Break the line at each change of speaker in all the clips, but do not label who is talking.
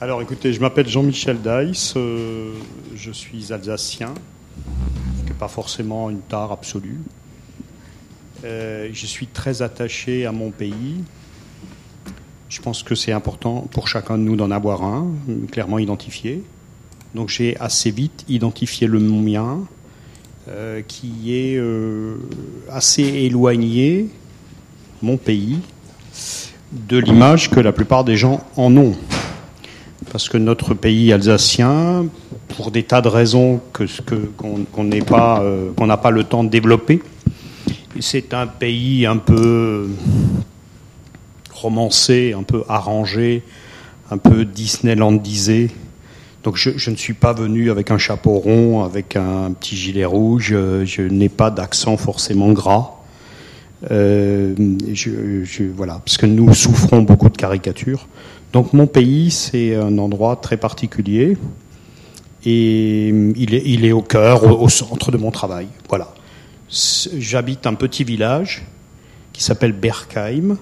Alors écoutez, je m'appelle Jean-Michel Deiss, je suis alsacien, ce qui n'est pas forcément une tare absolue. Je suis très attaché à mon pays. Je pense que c'est important pour chacun de nous d'en avoir un, clairement identifié. Donc j'ai assez vite identifié le mien, qui est assez éloigné, mon pays, de l'image que la plupart des gens en ont. Parce que notre pays alsacien, pour des tas de raisons qu'on n'a pas le temps de développer, c'est un pays un peu romancé, un peu arrangé, un peu Disneylandisé. Donc je ne suis pas venu avec un chapeau rond, avec un petit gilet rouge, je n'ai pas d'accent forcément gras. Voilà, parce que nous souffrons beaucoup de caricatures. Donc mon pays, c'est un endroit très particulier et il est au cœur, au centre de mon travail. Voilà. J'habite un petit village qui s'appelle Berkheim.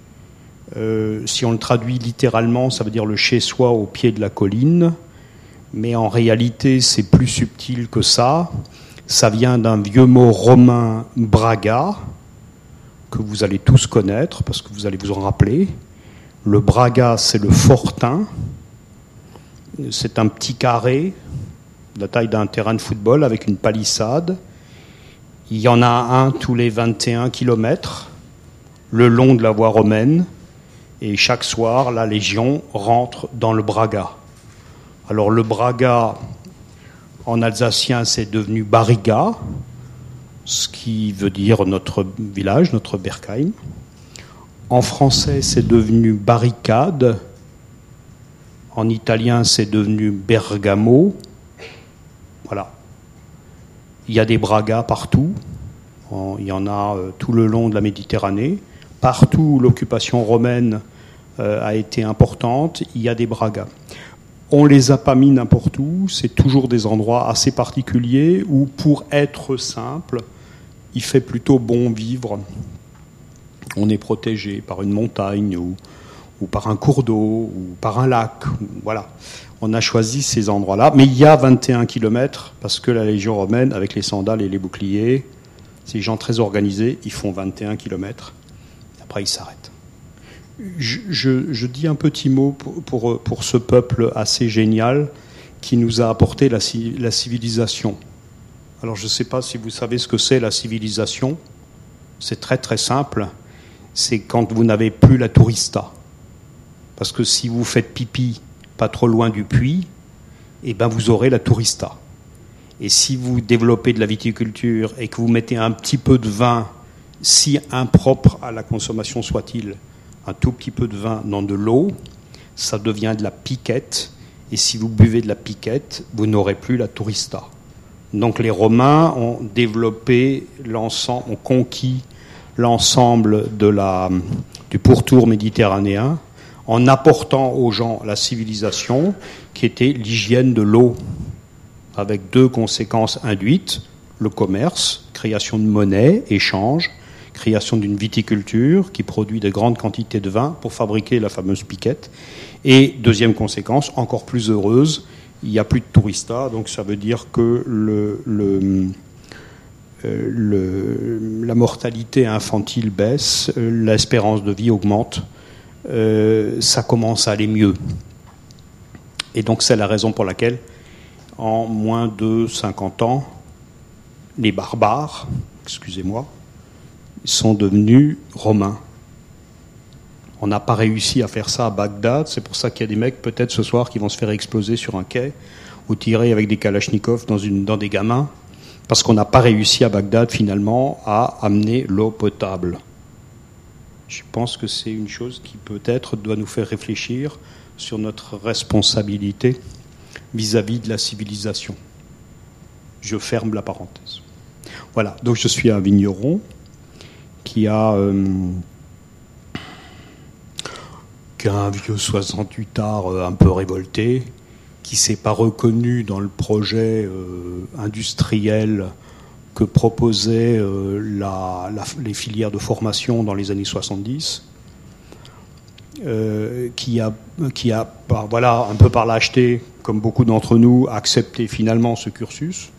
Si on le traduit littéralement, ça veut dire le chez-soi au pied de la colline. Mais en réalité, c'est plus subtil que ça. Ça vient d'un vieux mot romain braga, que vous allez tous connaître, parce que vous allez vous en rappeler. Le braga, c'est le fortin. C'est un petit carré, de la taille d'un terrain de football, avec une palissade. Il y en a un tous les 21 kilomètres, le long de la voie romaine. Et chaque soir, la Légion rentre dans le braga. Alors le braga, en alsacien, c'est devenu Bariga, ce qui veut dire notre village, notre Berkheim. En français, c'est devenu barricade. En italien, c'est devenu Bergamo. Voilà. Il y a des bragas partout. Il y en a tout le long de la Méditerranée. Partout où l'occupation romaine a été importante, il y a des bragas. On ne les a pas mis n'importe où. C'est toujours des endroits assez particuliers où, pour être simple, il fait plutôt bon vivre. On est protégé par une montagne ou par un cours d'eau ou par un lac. Voilà. On a choisi ces endroits-là. Mais il y a 21 kilomètres parce que la Légion romaine, avec les sandales et les boucliers, ces gens très organisés, ils font 21 kilomètres. Après, ils s'arrêtent. Je dis un petit mot pour ce peuple assez génial qui nous a apporté la civilisation. Alors, je ne sais pas si vous savez ce que c'est la civilisation. C'est très très simple. C'est quand vous n'avez plus la tourista. Parce que si vous faites pipi pas trop loin du puits, eh ben vous aurez la tourista. Et si vous développez de la viticulture et que vous mettez un petit peu de vin, si impropre à la consommation soit-il, un tout petit peu de vin dans de l'eau, ça devient de la piquette. Et si vous buvez de la piquette, vous n'aurez plus la tourista. Donc les Romains ont développé ont conquis l'ensemble du pourtour méditerranéen en apportant aux gens la civilisation qui était l'hygiène de l'eau, avec deux conséquences induites, le commerce, création de monnaie, échange, création d'une viticulture qui produit de grandes quantités de vin pour fabriquer la fameuse piquette. Et deuxième conséquence, encore plus heureuse, il n'y a plus de touristas, donc ça veut dire que la mortalité infantile baisse, l'espérance de vie augmente, ça commence à aller mieux. Et donc c'est la raison pour laquelle, en moins de 50 ans, les barbares, excusez-moi, sont devenus romains. On n'a pas réussi à faire ça à Bagdad, c'est pour ça qu'il y a des mecs peut-être ce soir qui vont se faire exploser sur un quai ou tirer avec des kalachnikovs dans des gamins, parce qu'on n'a pas réussi à Bagdad finalement à amener l'eau potable. Je pense que c'est une chose qui peut-être doit nous faire réfléchir sur notre responsabilité vis-à-vis de la civilisation. Je ferme la parenthèse. Voilà, donc je suis un vigneron qui a un vieux 68ard un peu révolté, qui ne s'est pas reconnu dans le projet industriel que proposaient les filières de formation dans les années 70. qui a voilà, un peu par lâcheté, comme beaucoup d'entre nous, accepté finalement ce cursus.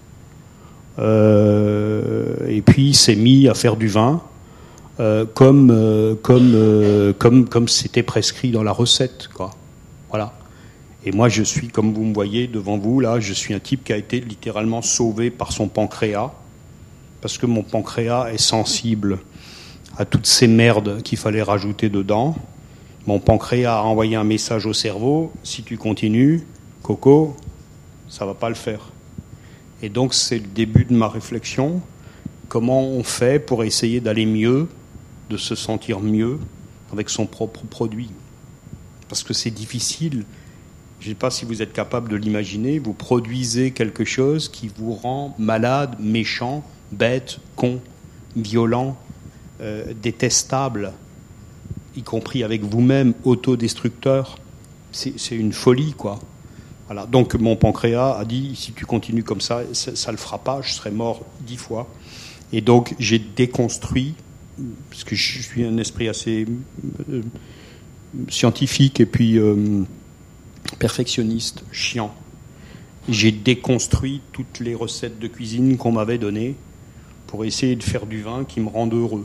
Et puis s'est mis à faire du vin comme c'était prescrit dans la recette, quoi. Voilà. Et moi, je suis, comme vous me voyez devant vous, là, je suis un type qui a été littéralement sauvé par son pancréas, parce que mon pancréas est sensible à toutes ces merdes qu'il fallait rajouter dedans. Mon pancréas a envoyé un message au cerveau: si tu continues, Coco, ça va pas le faire. Et donc, c'est le début de ma réflexion. Comment on fait pour essayer d'aller mieux, de se sentir mieux avec son propre produit? Parce que c'est difficile. Je ne sais pas si vous êtes capable de l'imaginer. Vous produisez quelque chose qui vous rend malade, méchant, bête, con, violent, détestable, y compris avec vous-même, autodestructeur. C'est une folie, quoi. Voilà. Donc mon pancréas a dit: si tu continues comme ça, ça le fera pas, je serai mort 10 fois. Et donc j'ai déconstruit, parce que je suis un esprit assez scientifique et puis perfectionniste, chiant. J'ai déconstruit toutes les recettes de cuisine qu'on m'avait données pour essayer de faire du vin qui me rende heureux,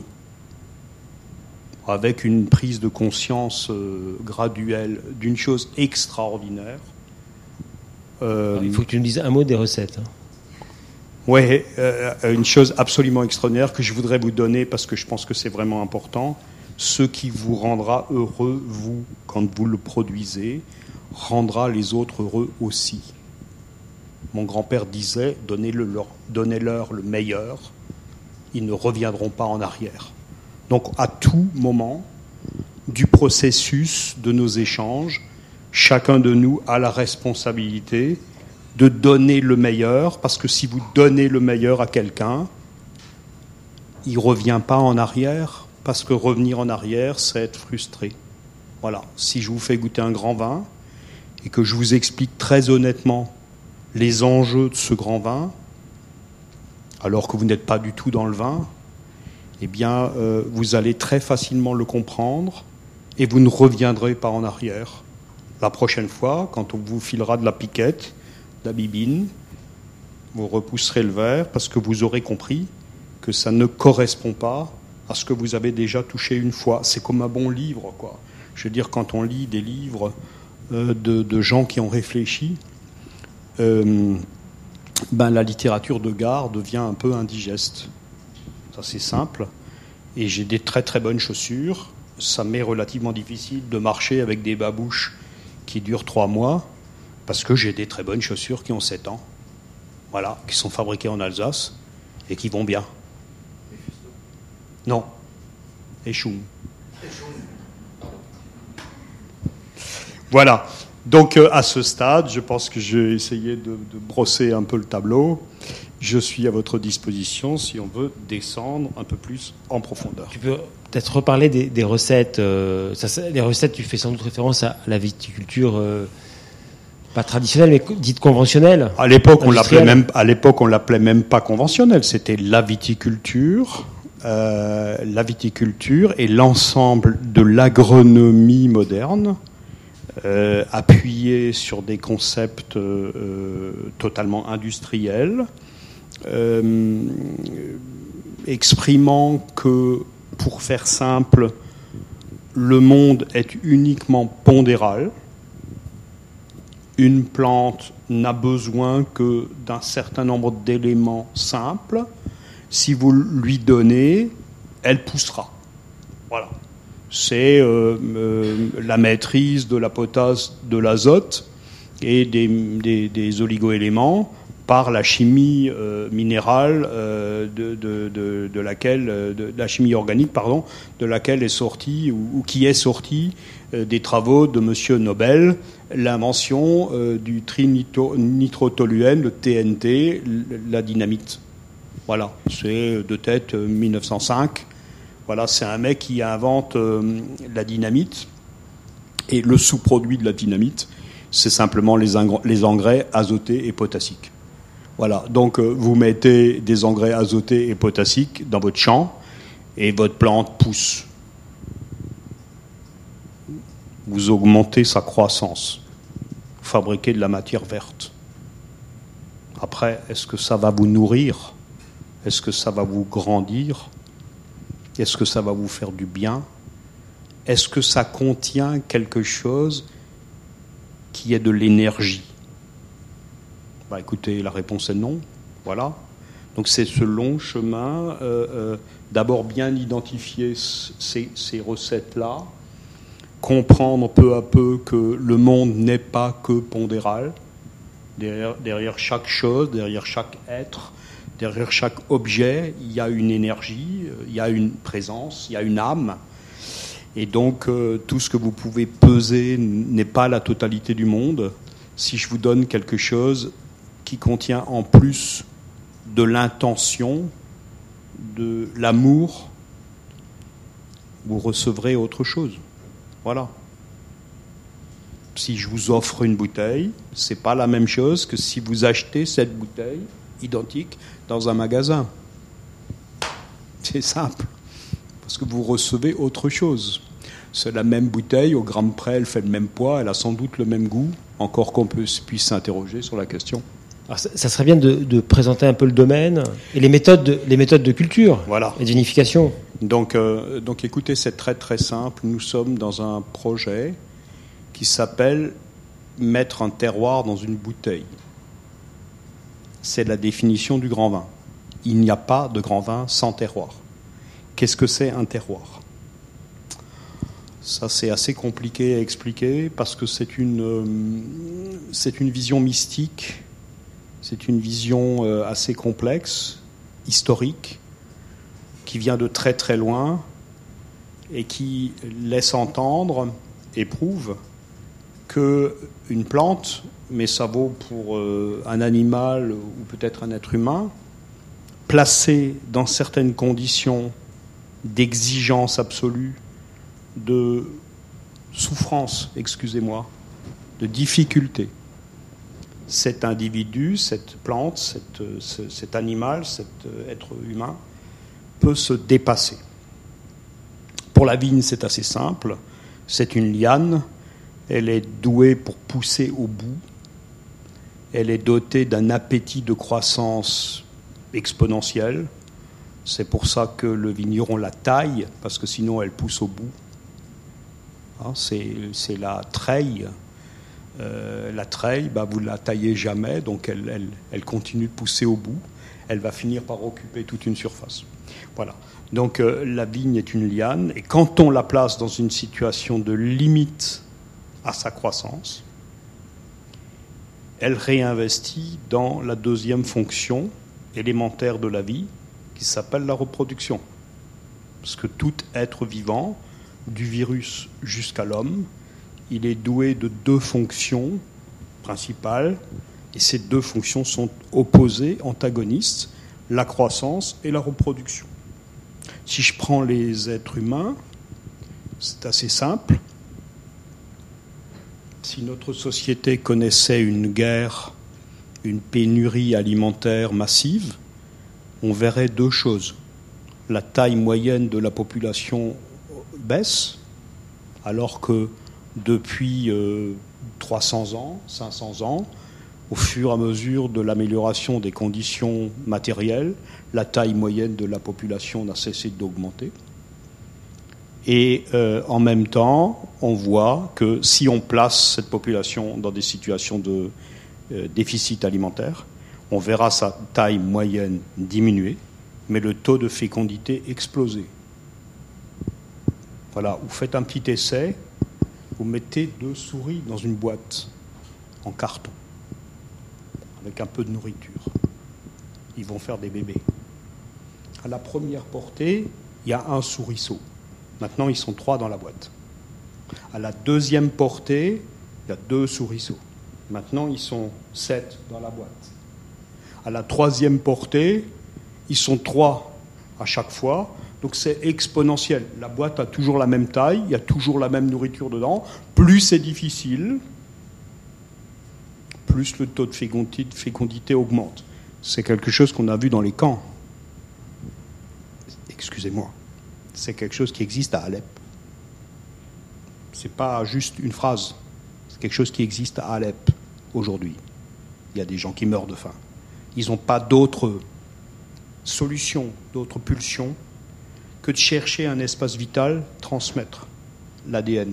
avec une prise de conscience graduelle d'une chose extraordinaire.
Il faut que tu nous dises un mot des recettes.
Oui, une chose absolument extraordinaire que je voudrais vous donner parce que je pense que c'est vraiment important. Ce qui vous rendra heureux, vous, quand vous le produisez, rendra les autres heureux aussi. Mon grand-père disait: donnez-leur le meilleur, ils ne reviendront pas en arrière. Donc à tout moment du processus de nos échanges, chacun de nous a la responsabilité de donner le meilleur, parce que si vous donnez le meilleur à quelqu'un, il ne revient pas en arrière, parce que revenir en arrière, c'est être frustré. Voilà. Si je vous fais goûter un grand vin et que je vous explique très honnêtement les enjeux de ce grand vin, alors que vous n'êtes pas du tout dans le vin, eh bien, vous allez très facilement le comprendre et vous ne reviendrez pas en arrière. La prochaine fois, quand on vous filera de la piquette, de la bibine, vous repousserez le verre parce que vous aurez compris que ça ne correspond pas à ce que vous avez déjà touché une fois. C'est comme un bon livre, quoi. Je veux dire, quand on lit des livres de gens qui ont réfléchi, la littérature de gare devient un peu indigeste. Ça, c'est simple. Et j'ai des très très bonnes chaussures. Ça m'est relativement difficile de marcher avec des babouches qui durent 3 mois, parce que j'ai des très bonnes chaussures qui ont 7 ans. Voilà, qui sont fabriquées en Alsace et qui vont bien. Non. Eschung. Voilà. Donc à ce stade, je pense que j'ai essayé de brosser un peu le tableau. Je suis à votre disposition si on veut descendre un peu plus en profondeur.
Tu peux peut-être reparler des recettes. Les recettes, tu fais sans doute référence à la viticulture pas traditionnelle, mais dite conventionnelle.
À l'époque, on l'appelait même pas conventionnelle. C'était la viticulture. La viticulture et l'ensemble de l'agronomie moderne, appuyé sur des concepts totalement industriels, exprimant que, pour faire simple, le monde est uniquement pondéral. Une plante n'a besoin que d'un certain nombre d'éléments simples. Si vous lui donnez, elle poussera. Voilà. C'est la maîtrise de la potasse, de l'azote et des oligo-éléments par la chimie minérale de la chimie organique, pardon, de laquelle est sortie ou qui est sortie des travaux de Monsieur Nobel, l'invention du trinitrotoluène, le TNT, la dynamite. Voilà, c'est de tête 1905. Voilà, c'est un mec qui invente la dynamite. Et le sous-produit de la dynamite, c'est simplement les engrais azotés et potassiques. Voilà, donc vous mettez des engrais azotés et potassiques dans votre champ et votre plante pousse. vous augmentez sa croissance. Vous fabriquez de la matière verte. Après, est-ce que ça va vous nourrir? Est-ce que ça va vous grandir? Est-ce que ça va vous faire du bien? Est-ce que ça contient quelque chose qui est de l'énergie? Écoutez, la réponse est non. Voilà. Donc c'est ce long chemin. D'abord bien identifier ces recettes-là, comprendre peu à peu que le monde n'est pas que pondéral. Derrière chaque chose, derrière chaque être, derrière chaque objet, il y a une énergie, il y a une présence, il y a une âme. Et donc, tout ce que vous pouvez peser n'est pas la totalité du monde. Si je vous donne quelque chose qui contient en plus de l'intention, de l'amour, vous recevrez autre chose. Voilà. Si je vous offre une bouteille, c'est pas la même chose que si vous achetez cette bouteille identique dans un magasin. C'est simple, parce que vous recevez autre chose. C'est la même bouteille, au gramme près, elle fait le même poids, elle a sans doute le même goût, encore qu'on puisse s'interroger sur la question.
Alors ça serait bien de présenter un peu le domaine et les méthodes de culture,
voilà,
et d'unification.
Donc écoutez, c'est très très simple. Nous sommes dans un projet qui s'appelle mettre un terroir dans une bouteille. C'est la définition du grand vin. Il n'y a pas de grand vin sans terroir. Qu'est-ce que c'est un terroir? Ça, c'est assez compliqué à expliquer parce que c'est une vision mystique, c'est une vision assez complexe, historique, qui vient de très très loin et qui laisse entendre et prouve qu'une plante, mais ça vaut pour un animal ou peut-être un être humain, placé dans certaines conditions d'exigence absolue, de souffrance, excusez-moi, de difficulté, cet individu, cette plante, cet animal, cet être humain peut se dépasser. Pour la vigne, c'est assez simple. C'est une liane. Elle est douée pour pousser au bout. Elle est dotée d'un appétit de croissance exponentiel. C'est pour ça que le vigneron la taille, parce que sinon elle pousse au bout. C'est la treille. La treille, vous ne la taillez jamais, donc elle continue de pousser au bout. Elle va finir par occuper toute une surface. Voilà. Donc la vigne est une liane, et quand on la place dans une situation de limite à sa croissance, elle réinvestit dans la deuxième fonction élémentaire de la vie, qui s'appelle la reproduction. Parce que tout être vivant, du virus jusqu'à l'homme, il est doué de deux fonctions principales, et ces deux fonctions sont opposées, antagonistes, la croissance et la reproduction. Si je prends les êtres humains, c'est assez simple. Si notre société connaissait une guerre, une pénurie alimentaire massive, on verrait deux choses. La taille moyenne de la population baisse, alors que depuis 300 ans, 500 ans, au fur et à mesure de l'amélioration des conditions matérielles, la taille moyenne de la population n'a cessé d'augmenter. Et en même temps, on voit que si on place cette population dans des situations de déficit alimentaire, on verra sa taille moyenne diminuer, mais le taux de fécondité exploser. Voilà, vous faites un petit essai, vous mettez 2 souris dans une boîte en carton, avec un peu de nourriture. Ils vont faire des bébés. À la première portée, il y a un souriceau. Maintenant, ils sont 3 dans la boîte. À la deuxième portée, il y a 2 souriceaux. Maintenant, ils sont 7 dans la boîte. À la troisième portée, ils sont 3 à chaque fois. Donc c'est exponentiel. La boîte a toujours la même taille, il y a toujours la même nourriture dedans. Plus c'est difficile, plus le taux de fécondité augmente. C'est quelque chose qu'on a vu dans les camps. Excusez-moi. C'est quelque chose qui existe à Alep. C'est pas juste une phrase. C'est quelque chose qui existe à Alep aujourd'hui. Il y a des gens qui meurent de faim. Ils n'ont pas d'autre solution, d'autre pulsion que de chercher un espace vital, transmettre l'ADN.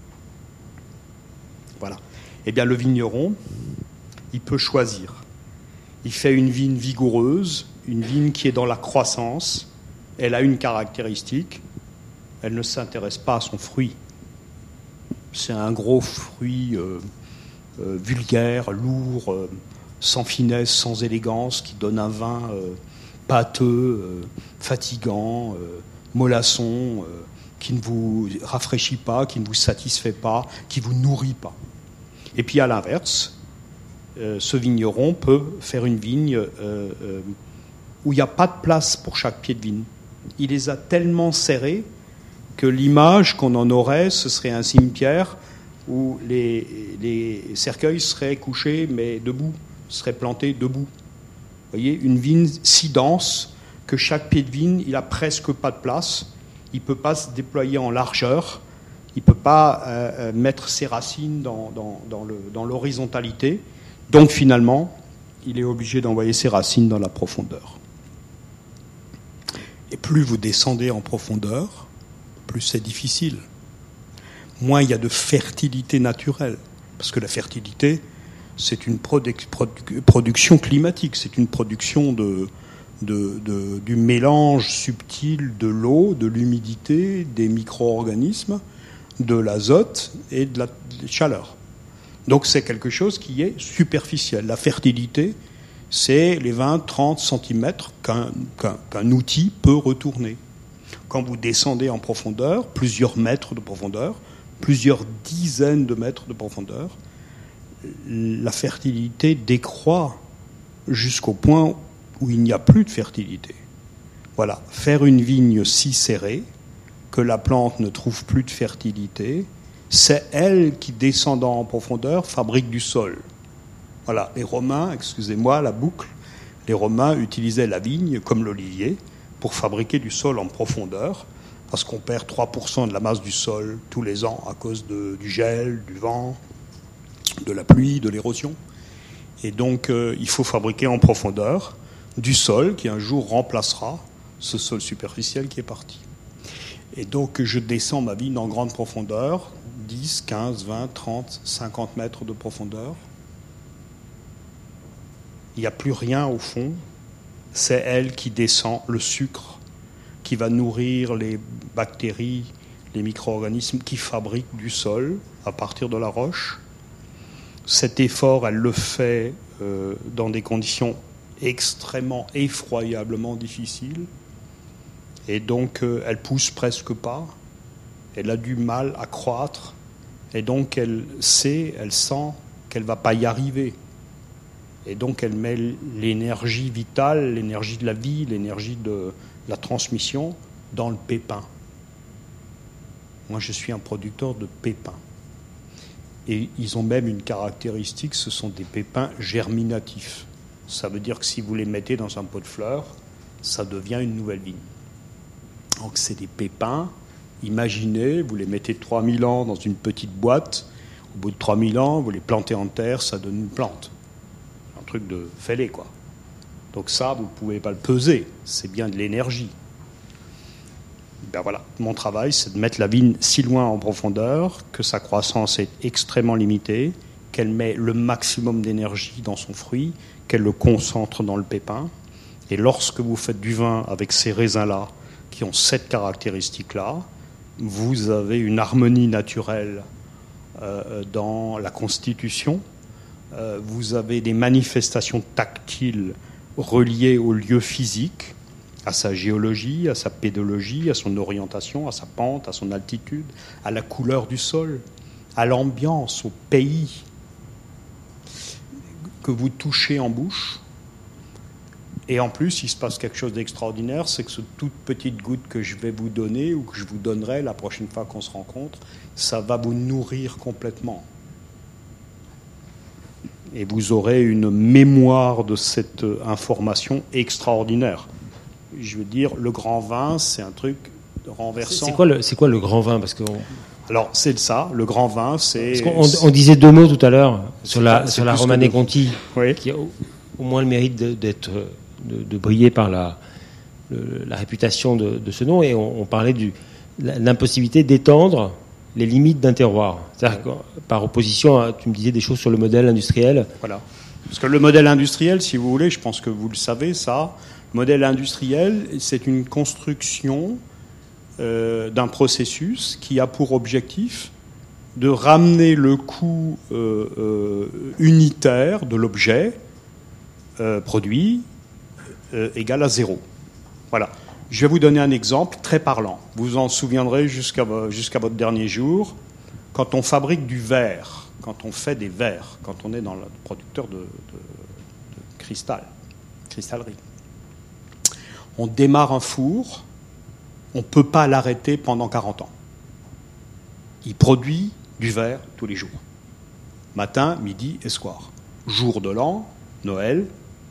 Voilà. Eh bien, le vigneron, il peut choisir. Il fait une vigne vigoureuse, une vigne qui est dans la croissance. Elle a une caractéristique, elle ne s'intéresse pas à son fruit. C'est un gros fruit vulgaire, lourd, sans finesse, sans élégance, qui donne un vin pâteux, fatigant, mollasson, qui ne vous rafraîchit pas, qui ne vous satisfait pas, qui ne vous nourrit pas. Et puis à l'inverse, ce vigneron peut faire une vigne où il n'y a pas de place pour chaque pied de vigne. Il les a tellement serrés que l'image qu'on en aurait, ce serait un cimetière où les cercueils seraient couchés, mais debout, seraient plantés debout. Vous voyez, une vigne si dense que chaque pied de vigne, il n'a presque pas de place. Il ne peut pas se déployer en largeur. Il ne peut pas mettre ses racines dans l'horizontalité. Donc finalement, il est obligé d'envoyer ses racines dans la profondeur. Et plus vous descendez en profondeur, plus c'est difficile. Moins il y a de fertilité naturelle. Parce que la fertilité, c'est une production climatique. C'est une production du mélange subtil de l'eau, de l'humidité, des micro-organismes, de l'azote et de la chaleur. Donc c'est quelque chose qui est superficiel. La fertilité, c'est les 20-30 cm qu'un outil peut retourner. Quand vous descendez en profondeur, plusieurs mètres de profondeur, plusieurs dizaines de mètres de profondeur, la fertilité décroît jusqu'au point où il n'y a plus de fertilité. Voilà, faire une vigne si serrée que la plante ne trouve plus de fertilité, c'est elle qui, descendant en profondeur, fabrique du sol. Voilà, les Romains, excusez-moi la boucle, les Romains utilisaient la vigne comme l'olivier pour fabriquer du sol en profondeur, parce qu'on perd 3% de la masse du sol tous les ans à cause du gel, du vent, de la pluie, de l'érosion. Et donc, il faut fabriquer en profondeur du sol qui un jour remplacera ce sol superficiel qui est parti. Et donc, je descends ma vigne en grande profondeur, 10, 15, 20, 30, 50 mètres de profondeur. Il n'y a plus rien au fond. C'est elle qui descend, le sucre, qui va nourrir les bactéries, les micro-organismes qui fabriquent du sol à partir de la roche. Cet effort, elle le fait dans des conditions extrêmement, effroyablement difficiles. Et donc, elle pousse presque pas. Elle a du mal à croître. Et donc, elle sait, elle sent qu'elle ne va pas y arriver. Et donc, elle met l'énergie vitale, l'énergie de la vie, l'énergie de la transmission dans le pépin. Moi, je suis un producteur de pépins. Et ils ont même une caractéristique, ce sont des pépins germinatifs. Ça veut dire que si vous les mettez dans un pot de fleurs, ça devient une nouvelle vigne. Donc, c'est des pépins. Imaginez, vous les mettez 3000 ans dans une petite boîte. Au bout de 3000 ans, vous les plantez en terre, ça donne une plante. Un truc de fêlé, quoi. Donc ça, vous ne pouvez pas le peser. C'est bien de l'énergie. Ben voilà, mon travail, c'est de mettre la vigne si loin en profondeur que sa croissance est extrêmement limitée, qu'elle met le maximum d'énergie dans son fruit, qu'elle le concentre dans le pépin. Et lorsque vous faites du vin avec ces raisins-là, qui ont cette caractéristique-là, vous avez une harmonie naturelle dans la constitution, vous avez des manifestations tactiles reliées au lieu physique, à sa géologie, à sa pédologie, à son orientation, à sa pente, à son altitude, à la couleur du sol, à l'ambiance, au pays que vous touchez en bouche. Et en plus, il se passe quelque chose d'extraordinaire, c'est que cette toute petite goutte que je vais vous donner ou que je vous donnerai la prochaine fois qu'on se rencontre, ça va vous nourrir complètement. Et vous aurez une mémoire de cette information extraordinaire. Je veux dire, le grand vin, c'est un truc renversant.
C'est quoi le grand vin? Parce que
Alors, c'est ça, le grand vin, c'est...
On disait 2 mots tout à l'heure sur la Romanée
que
Conti,
oui.
qui a au moins le mérite de briller par la réputation de ce nom, et on parlait de l'impossibilité d'étendre les limites d'un terroir. C'est-à-dire que, par opposition, tu me disais des choses sur le modèle industriel.
Voilà. Parce que le modèle industriel, si vous voulez, je pense que vous le savez, ça, le modèle industriel, c'est une construction d'un processus qui a pour objectif de ramener le coût unitaire de l'objet produit égal à 0. Voilà. Je vais vous donner un exemple très parlant. Vous vous en souviendrez jusqu'à votre dernier jour. Quand on fabrique du verre, quand on fait des verres, quand on est dans le producteur de cristallerie, on démarre un four, on ne peut pas l'arrêter pendant 40 ans. Il produit du verre tous les jours. Matin, midi et soir. Jour de l'an, Noël.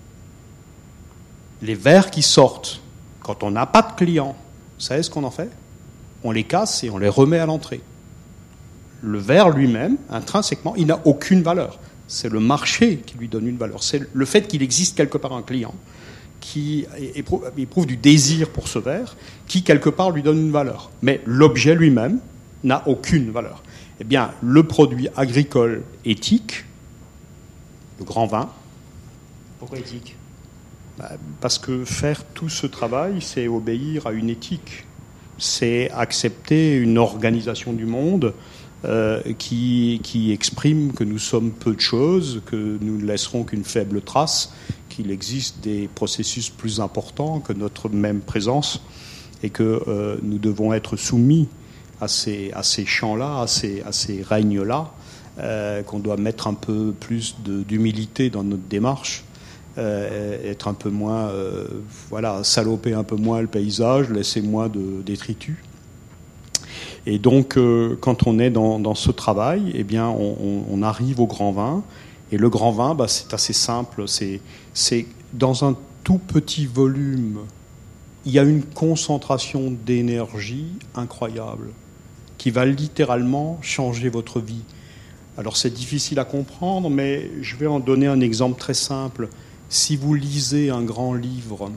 Les verres qui sortent, quand on n'a pas de clients, vous savez ce qu'on en fait ? On les casse et on les remet à l'entrée. Le verre lui-même, intrinsèquement, il n'a aucune valeur. C'est le marché qui lui donne une valeur. C'est le fait qu'il existe quelque part un client qui éprouve du désir pour ce verre, qui quelque part lui donne une valeur. Mais l'objet lui-même n'a aucune valeur. Eh bien, le produit agricole éthique, le grand vin...
Pourquoi éthique ?
Parce que faire tout ce travail, c'est obéir à une éthique. C'est accepter une organisation du monde qui exprime que nous sommes peu de choses, que nous ne laisserons qu'une faible trace, qu'il existe des processus plus importants que notre même présence et que nous devons être soumis à ces champs-là, à ces règnes-là, qu'on doit mettre un peu plus d'humilité dans notre démarche. Être un peu moins, saloper un peu moins le paysage, laisser moins de détritus. Et donc, quand on est dans ce travail, eh bien, on arrive au grand vin. Et le grand vin, c'est assez simple. C'est dans un tout petit volume, il y a une concentration d'énergie incroyable qui va littéralement changer votre vie. Alors, c'est difficile à comprendre, mais je vais en donner un exemple très simple. Si vous lisez un grand livre,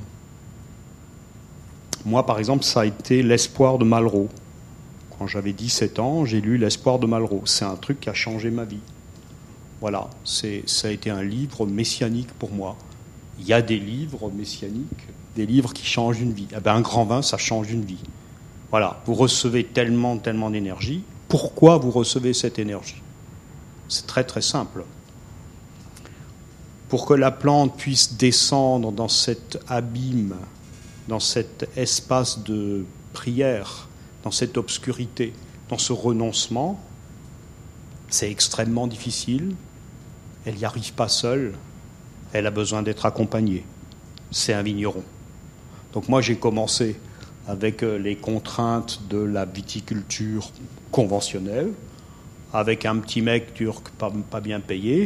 moi par exemple ça a été L'Espoir de Malraux. Quand j'avais 17 ans, j'ai lu L'Espoir de Malraux. C'est un truc qui a changé ma vie. Voilà, ça a été un livre messianique pour moi. Il y a des livres messianiques, des livres qui changent une vie. Eh bien, un grand vin, ça change une vie. Voilà, vous recevez tellement d'énergie. Pourquoi vous recevez cette énergie ? C'est très très simple. Pour que la plante puisse descendre dans cet abîme, dans cet espace de prière, dans cette obscurité, dans ce renoncement, c'est extrêmement difficile. Elle n'y arrive pas seule. Elle a besoin d'être accompagnée. C'est un vigneron. Donc moi, j'ai commencé avec les contraintes de la viticulture conventionnelle, avec un petit mec turc pas bien payé.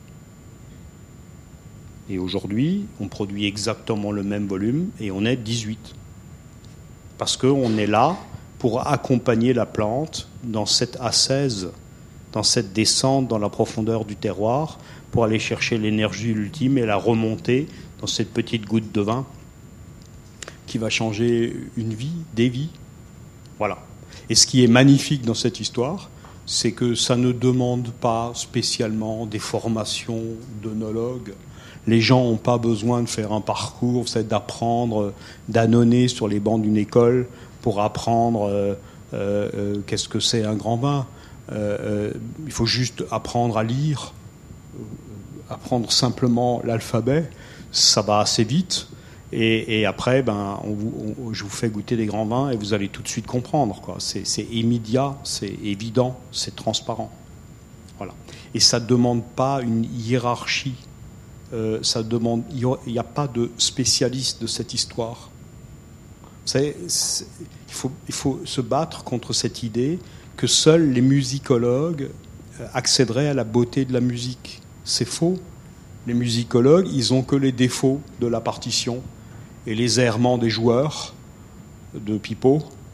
Et aujourd'hui, on produit exactement le même volume et on est 18. Parce qu'on est là pour accompagner la plante dans cette ascèse, dans cette descente dans la profondeur du terroir, pour aller chercher l'énergie ultime et la remonter dans cette petite goutte de vin qui va changer une vie, des vies. Voilà. Et ce qui est magnifique dans cette histoire, c'est que ça ne demande pas spécialement des formations d'œnologues. Les gens n'ont pas besoin de faire un parcours, c'est d'apprendre, d'annonner sur les bancs d'une école pour apprendre qu'est-ce que c'est un grand vin. Il faut juste apprendre à lire, apprendre simplement l'alphabet, ça va assez vite. Et après, je vous fais goûter des grands vins et vous allez tout de suite comprendre, quoi. C'est immédiat, c'est évident, c'est transparent. Voilà. Et ça ne demande pas une hiérarchie. Il n'y a pas de spécialiste de cette histoire. Il faut se battre contre cette idée que seuls les musicologues accéderaient à la beauté de la musique. C'est faux. Les musicologues, ils n'ont que les défauts de la partition et les errements des joueurs de pipeau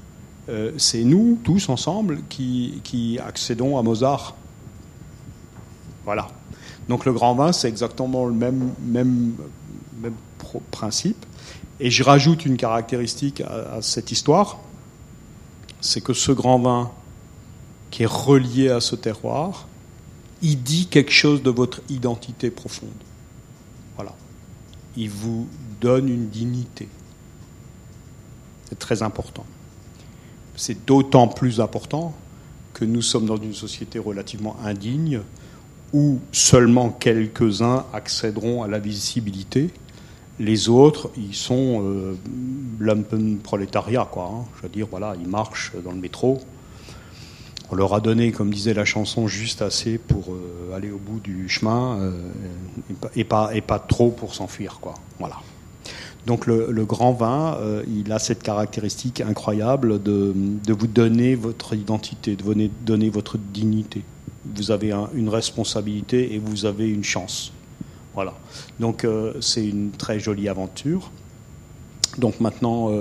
c'est nous, tous ensemble, qui accédons à Mozart. Voilà. Donc le grand vin, c'est exactement le même principe. Et je rajoute une caractéristique à cette histoire, c'est que ce grand vin qui est relié à ce terroir, il dit quelque chose de votre identité profonde. Voilà. Il vous donne une dignité. C'est très important. C'est d'autant plus important que nous sommes dans une société relativement indigne où seulement quelques-uns accéderont à la visibilité. Les autres, ils sont lumpenprolétariat, quoi. Hein. Je veux dire, voilà, ils marchent dans le métro. On leur a donné, comme disait la chanson, juste assez pour aller au bout du chemin et pas trop pour s'enfuir, quoi. Voilà. Donc le grand vin, il a cette caractéristique incroyable de vous donner votre identité, de vous donner votre dignité. Vous avez une responsabilité et vous avez une chance. Voilà. Donc c'est une très jolie aventure. Donc maintenant,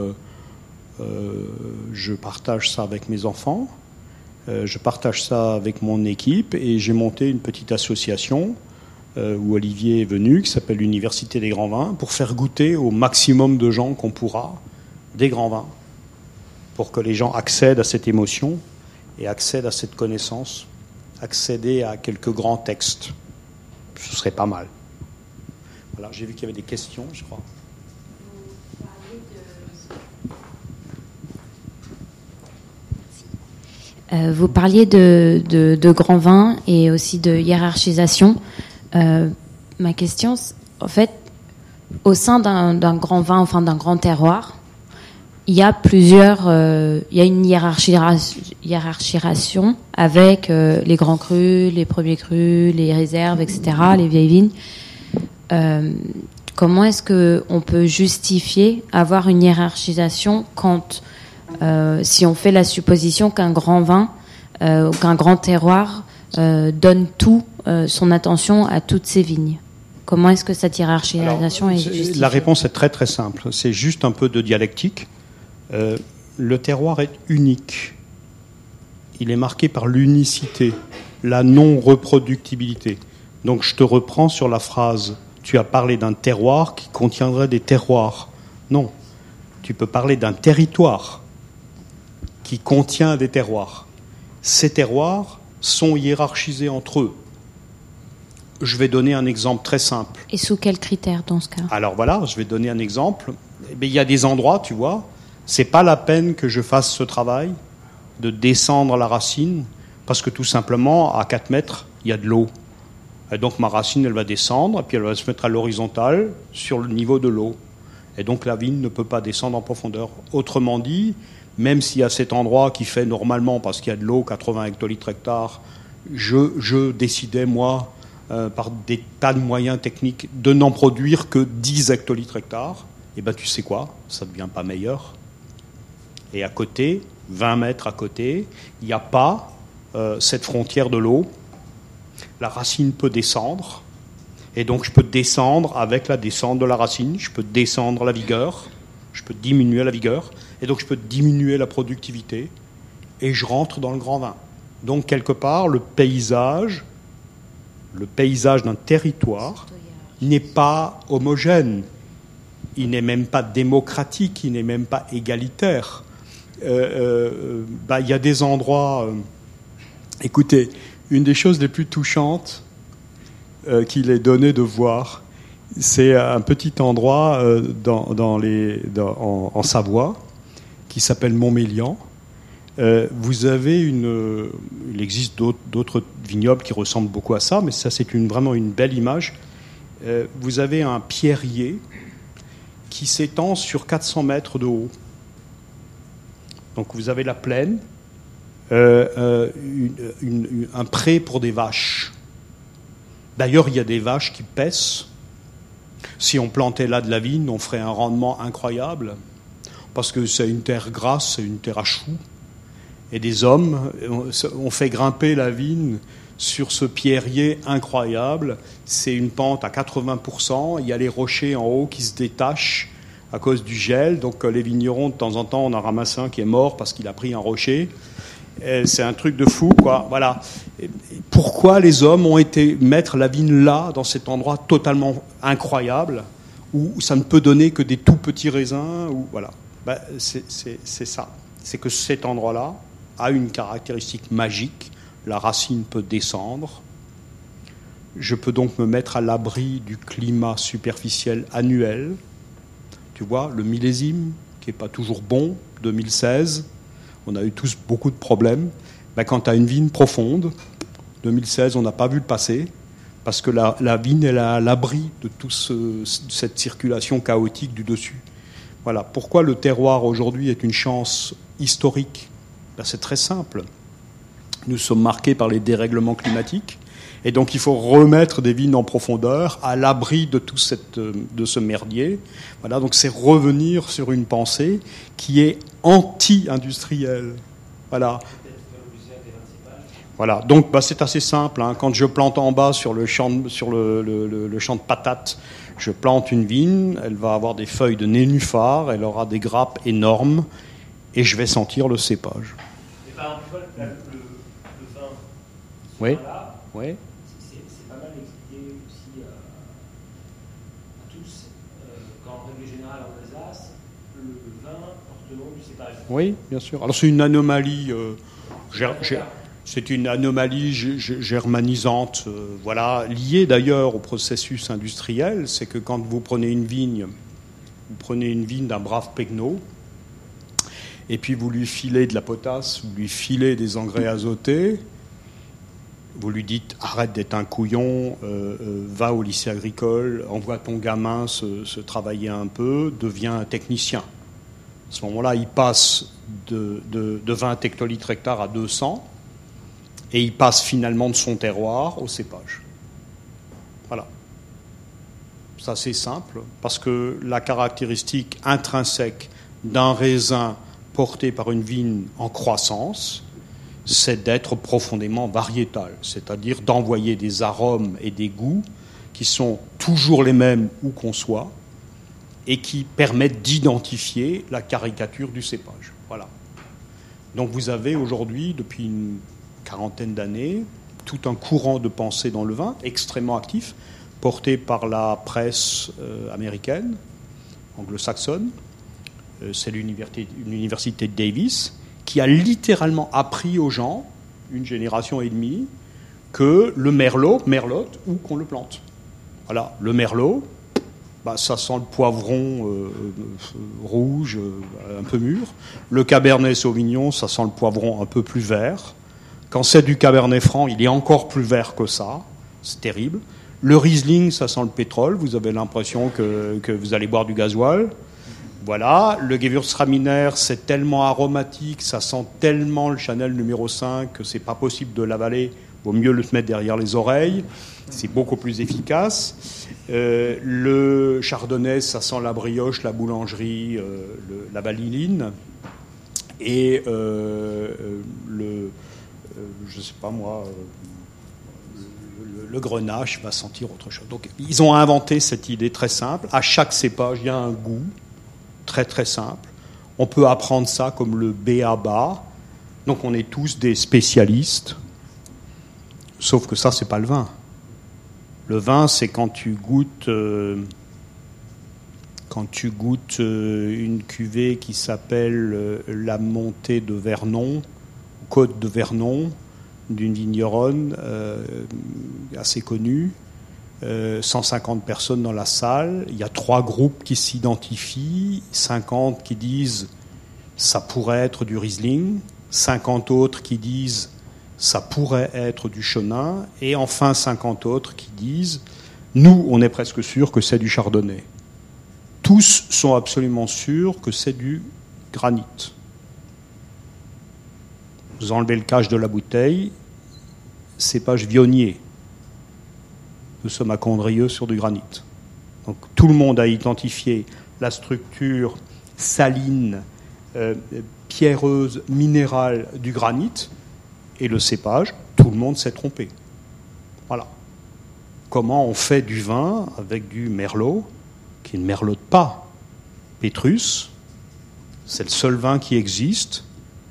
je partage ça avec mes enfants. Je partage ça avec mon équipe et j'ai monté une petite association où Olivier est venu, qui s'appelle l'Université des Grands Vins, pour faire goûter au maximum de gens qu'on pourra des grands vins, pour que les gens accèdent à cette émotion et accèdent à cette connaissance, accéder à quelques grands textes. Ce serait pas mal. Voilà, j'ai vu qu'il y avait des questions, je crois.
Vous parliez de grands vins et aussi de hiérarchisation. Ma question, en fait, au sein d'un grand vin, enfin d'un grand terroir, il y a une hiérarchisation avec les grands crus, les premiers crus, les réserves, etc., les vieilles vignes. Comment est-ce qu'on peut justifier avoir une hiérarchisation quand si on fait la supposition qu'un grand vin, qu'un grand terroir donne tout son attention à toutes ses vignes? Comment est-ce que cette hiérarchisation est justifiée?
La réponse est très très simple. C'est juste un peu de dialectique. Le terroir est unique. Il est marqué par l'unicité, la non-reproductibilité. Donc je te reprends sur la phrase. Tu as parlé d'un terroir qui contiendrait des terroirs. Non. Tu peux parler d'un territoire qui contient des terroirs. Ces terroirs sont hiérarchisés entre eux. Je vais donner un exemple très simple.
Et sous quels critères dans ce cas?
Alors voilà, je vais donner un exemple. Il y a des endroits, tu vois, c'est pas la peine que je fasse ce travail de descendre la racine, parce que tout simplement, à 4 mètres, il y a de l'eau. Et donc ma racine, elle va descendre, et puis elle va se mettre à l'horizontale sur le niveau de l'eau. Et donc la vigne ne peut pas descendre en profondeur. Autrement dit, même s'il y a cet endroit qui fait normalement, parce qu'il y a de l'eau, 80 hectolitres hectare, je décidais, moi, par des tas de moyens techniques, de n'en produire que 10 hectolitres hectare. Et bien tu sais quoi, ça ne devient pas meilleur. Et à côté, 20 mètres à côté, il n'y a pas cette frontière de l'eau. La racine peut descendre, et donc je peux descendre avec la descente de la racine, je peux descendre la vigueur, je peux diminuer la vigueur, et donc je peux diminuer la productivité, et je rentre dans le grand vin. Donc quelque part, le paysage d'un territoire n'est pas homogène, il n'est même pas démocratique, il n'est même pas égalitaire. Y a des endroits... écoutez, une des choses les plus touchantes qu'il est donné de voir, c'est un petit endroit en Savoie qui s'appelle Montmélian. Vous avez il existe d'autres vignobles qui ressemblent beaucoup à ça, mais ça c'est vraiment une belle image. Vous avez un pierrier qui s'étend sur 400 mètres de haut. Donc vous avez la plaine, un pré pour des vaches. D'ailleurs, il y a des vaches qui paissent. Si on plantait là de la vigne, on ferait un rendement incroyable, parce que c'est une terre grasse, c'est une terre à choux. Et des hommes, on fait grimper la vigne sur ce pierrier incroyable. C'est une pente à 80%, il y a les rochers en haut qui se détachent. à cause du gel. Donc les vignerons, de temps en temps, on en ramasse un qui est mort parce qu'il a pris un rocher. C'est un truc de fou, quoi. Voilà. Pourquoi les hommes ont été mettre la vigne là, dans cet endroit totalement incroyable, où ça ne peut donner que des tout petits raisins, ou voilà. C'est ça. C'est que cet endroit-là a une caractéristique magique. La racine peut descendre. Je peux donc me mettre à l'abri du climat superficiel annuel. Tu vois, le millésime, qui n'est pas toujours bon, 2016, on a eu tous beaucoup de problèmes. Quand tu as une vigne profonde, 2016, on n'a pas vu le passer, parce que la vigne elle est à l'abri de toute cette circulation chaotique du dessus. Voilà. Pourquoi le terroir aujourd'hui est une chance historique ? C'est très simple. Nous sommes marqués par les dérèglements climatiques, et donc il faut remettre des vignes en profondeur, à l'abri de tout de ce merdier. Voilà. Donc c'est revenir sur une pensée qui est anti-industrielle. Voilà. Voilà. Donc c'est assez simple. Quand je plante en bas sur le champ de patates, je plante une vigne, elle va avoir des feuilles de nénuphar, elle aura des grappes énormes, et je vais sentir le cépage.
Et par exemple, le vin,
oui.
Là,
oui.
C'est pas mal expliqué aussi à tous qu'en règle générale en Alsace, le vin porte le nom du cépage.
Oui, bien sûr. Alors c'est une anomalie. C'est une anomalie germanisante, voilà, liée d'ailleurs au processus industriel. C'est que quand vous prenez une vigne d'un brave pegno, et puis vous lui filez de la potasse, vous lui filez des engrais azotés, vous lui dites arrête d'être un couillon, va au lycée agricole, envoie ton gamin se travailler un peu, deviens un technicien. À ce moment-là, il passe de 20 hectolitres hectares à 200. Et il passe finalement de son terroir au cépage. Voilà. Ça, c'est simple, parce que la caractéristique intrinsèque d'un raisin porté par une vigne en croissance, c'est d'être profondément variétal, c'est-à-dire d'envoyer des arômes et des goûts qui sont toujours les mêmes où qu'on soit, et qui permettent d'identifier la caricature du cépage. Voilà. Donc vous avez aujourd'hui, depuis une quarantaine d'années, tout un courant de pensée dans le vin, extrêmement actif, porté par la presse américaine, anglo-saxonne. C'est l'université de Davis, qui a littéralement appris aux gens, une génération et demie, que le merlotte, où qu'on le plante. Voilà, le merlot, ça sent le poivron rouge, un peu mûr. Le cabernet sauvignon, ça sent le poivron un peu plus vert. Quand c'est du Cabernet Franc, il est encore plus vert que ça. C'est terrible. Le Riesling, ça sent le pétrole. Vous avez l'impression que vous allez boire du gasoil. Voilà. Le Gewürztraminer, c'est tellement aromatique, ça sent tellement le Chanel numéro 5 que c'est pas possible de l'avaler. Vaut mieux le mettre derrière les oreilles. C'est beaucoup plus efficace. Le Chardonnay, ça sent la brioche, la boulangerie, la vanilline. Et je sais pas moi, le grenache va sentir autre chose. Donc ils ont inventé cette idée très simple. À chaque cépage, il y a un goût très très simple. On peut apprendre ça comme le b.a.-ba. Donc on est tous des spécialistes. Sauf que ça, c'est pas le vin. Le vin, c'est quand tu goûtes une cuvée qui s'appelle la montée de Vernon, Côte de Vernon, d'une vigneronne assez connue, 150 personnes dans la salle, il y a 3 groupes qui s'identifient, 50 qui disent ça pourrait être du Riesling, 50 autres qui disent ça pourrait être du Chenin, et enfin 50 autres qui disent nous, on est presque sûr que c'est du Chardonnay. Tous sont absolument sûrs que c'est du granit. Vous enlevez le cache de la bouteille, cépage vionnier. Nous sommes à Condrieu sur du granit. Donc tout le monde a identifié la structure saline, pierreuse, minérale du granit, et le cépage, tout le monde s'est trompé. Voilà. Comment on fait du vin avec du merlot qui ne merlote pas? Pétrus. C'est le seul vin qui existe.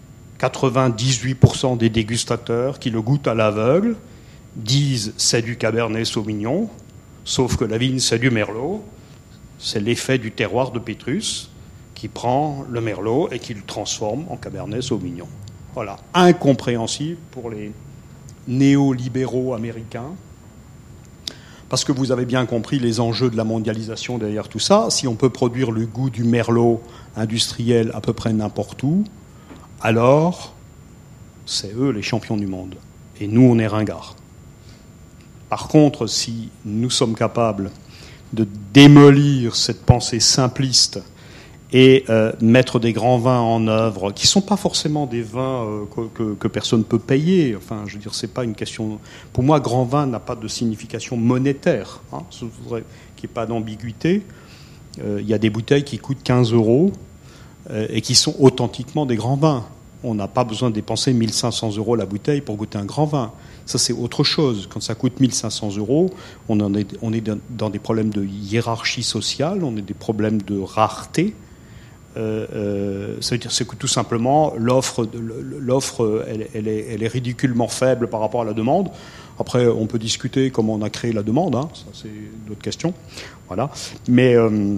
98% des dégustateurs qui le goûtent à l'aveugle disent c'est du Cabernet Sauvignon, sauf que la vigne c'est du Merlot. C'est l'effet du terroir de Pétrus qui prend le Merlot et qui le transforme en Cabernet Sauvignon. Voilà, incompréhensible pour les néolibéraux américains, parce que vous avez bien compris les enjeux de la mondialisation derrière tout ça. Si on peut produire le goût du Merlot industriel à peu près n'importe où, alors c'est eux les champions du monde. Et nous, on est ringards. Par contre, si nous sommes capables de démolir cette pensée simpliste et mettre des grands vins en œuvre, qui ne sont pas forcément des vins que personne ne peut payer. Enfin, je veux dire, c'est pas une question... Pour moi, grand vin n'a pas de signification monétaire. Hein. Je voudrais qu'il n'y ait pas d'ambiguïté. Il y a des bouteilles qui coûtent 15 € et qui sont authentiquement des grands vins. On n'a pas besoin de dépenser 1 500 € la bouteille pour goûter un grand vin. Ça, c'est autre chose. Quand ça coûte 1 500 €, on est dans des problèmes de hiérarchie sociale, on est des problèmes de rareté. Ça veut dire que tout simplement, l'offre elle est ridiculement faible par rapport à la demande. Après, on peut discuter comment on a créé la demande, hein, ça c'est une autre question. Voilà. Mais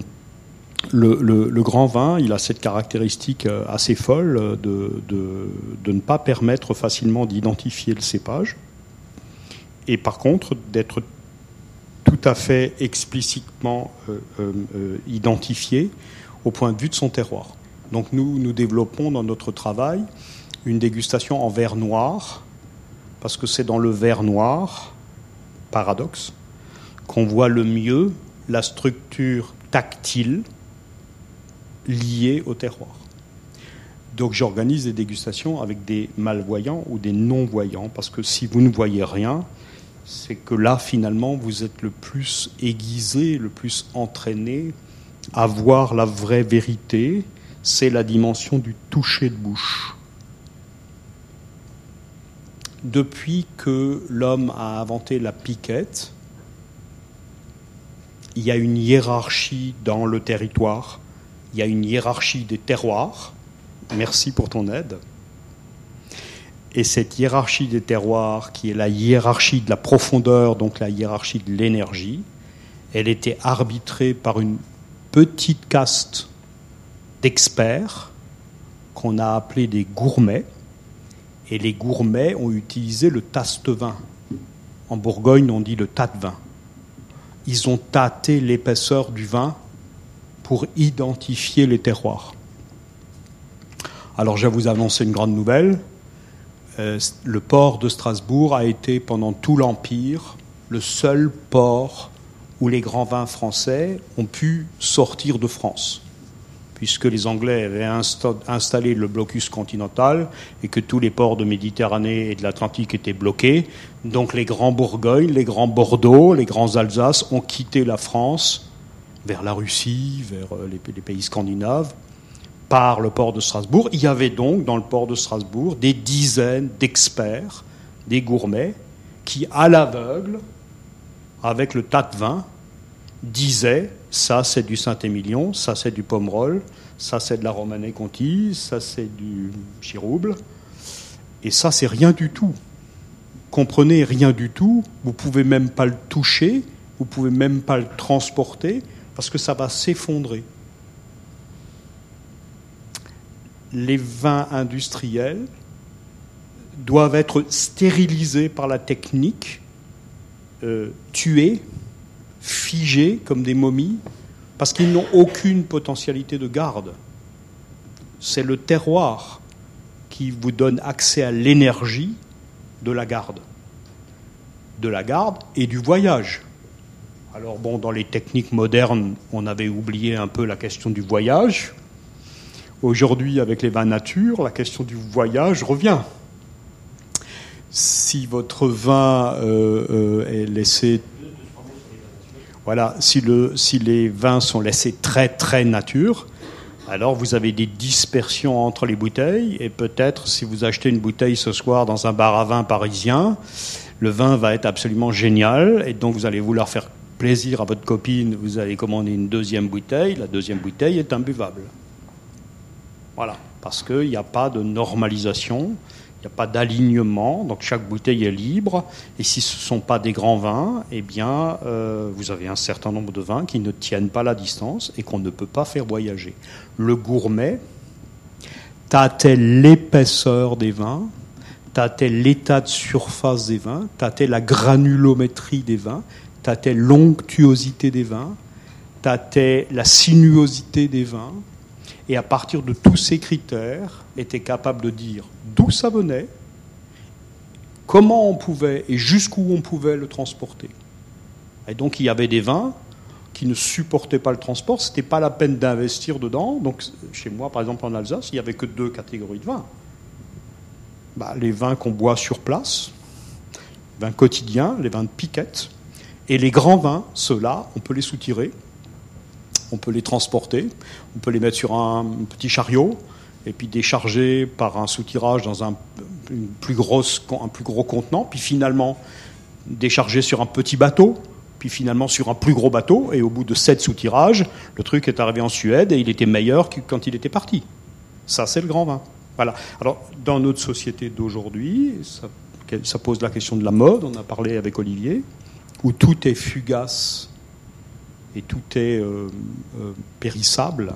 le grand vin, il a cette caractéristique assez folle de ne pas permettre facilement d'identifier le cépage, et par contre d'être tout à fait explicitement identifié au point de vue de son terroir. Donc nous développons dans notre travail une dégustation en verre noir, parce que c'est dans le verre noir, paradoxe, qu'on voit le mieux la structure tactile liée au terroir. Donc j'organise des dégustations avec des malvoyants ou des non-voyants, parce que si vous ne voyez rien, c'est que là, finalement, vous êtes le plus aiguisé, le plus entraîné à voir la vraie vérité. C'est la dimension du toucher de bouche. Depuis que l'homme a inventé la piquette, il y a une hiérarchie dans le territoire, il y a une hiérarchie des terroirs. Merci pour ton aide. Et cette hiérarchie des terroirs, qui est la hiérarchie de la profondeur, donc la hiérarchie de l'énergie, elle était arbitrée par une petite caste d'experts qu'on a appelés des gourmets. Et les gourmets ont utilisé le taste-vin. En Bourgogne, on dit le tâte-vin. Ils ont tâté l'épaisseur du vin pour identifier les terroirs. Alors, je vais vous annoncer une grande nouvelle. Le port de Strasbourg a été, pendant tout l'Empire, le seul port où les grands vins français ont pu sortir de France, puisque les Anglais avaient installé le blocus continental et que tous les ports de Méditerranée et de l'Atlantique étaient bloqués. Donc les grands Bourgogne, les grands Bordeaux, les grands Alsace ont quitté la France vers la Russie, vers les pays scandinaves, par le port de Strasbourg. Il y avait donc dans le port de Strasbourg des dizaines d'experts, des gourmets, qui à l'aveugle, avec le tâte-vin, disaient ça c'est du Saint-Émilion, ça c'est du Pomerol, ça c'est de la Romanée-Conti, ça c'est du Chirouble, et ça c'est rien du tout. Comprenez, rien du tout, vous pouvez même pas le toucher, vous pouvez même pas le transporter, parce que ça va s'effondrer. Les vins industriels doivent être stérilisés par la technique, tués, figés comme des momies, parce qu'ils n'ont aucune potentialité de garde. C'est le terroir qui vous donne accès à l'énergie de la garde et du voyage. Alors bon, dans les techniques modernes, on avait oublié un peu la question du voyage. Aujourd'hui, avec les vins nature, la question du voyage revient. Si votre vin est laissé... Voilà, si les vins sont laissés très très nature, alors vous avez des dispersions entre les bouteilles, et peut-être si vous achetez une bouteille ce soir dans un bar à vin parisien, le vin va être absolument génial, et donc vous allez vouloir faire plaisir à votre copine, vous allez commander une deuxième bouteille, la deuxième bouteille est imbuvable. Voilà, parce qu'il n'y a pas de normalisation, il n'y a pas d'alignement, donc chaque bouteille est libre, et si ce ne sont pas des grands vins, eh bien, vous avez un certain nombre de vins qui ne tiennent pas la distance et qu'on ne peut pas faire voyager. Le gourmet tâtait l'épaisseur des vins, tâtait l'état de surface des vins, tâtait la granulométrie des vins, tâtait l'onctuosité des vins, tâtait la sinuosité des vins, et à partir de tous ces critères, était capable de dire d'où ça venait, comment on pouvait et jusqu'où on pouvait le transporter. Et donc il y avait des vins qui ne supportaient pas le transport, c'était pas la peine d'investir dedans. Donc chez moi, par exemple en Alsace, il n'y avait que 2 catégories de vins. Les vins qu'on boit sur place, les vins quotidiens, les vins de piquette, et les grands vins, ceux-là, on peut les soutirer, on peut les transporter, on peut les mettre sur un petit chariot, et puis décharger par un soutirage dans un plus gros contenant, puis finalement décharger sur un petit bateau, puis finalement sur un plus gros bateau, et au bout de 7 soutirages, le truc est arrivé en Suède, et il était meilleur que quand il était parti. Ça, c'est le grand vin. Voilà. Alors, dans notre société d'aujourd'hui, ça pose la question de la mode, on a parlé avec Olivier, où tout est fugace et tout est périssable,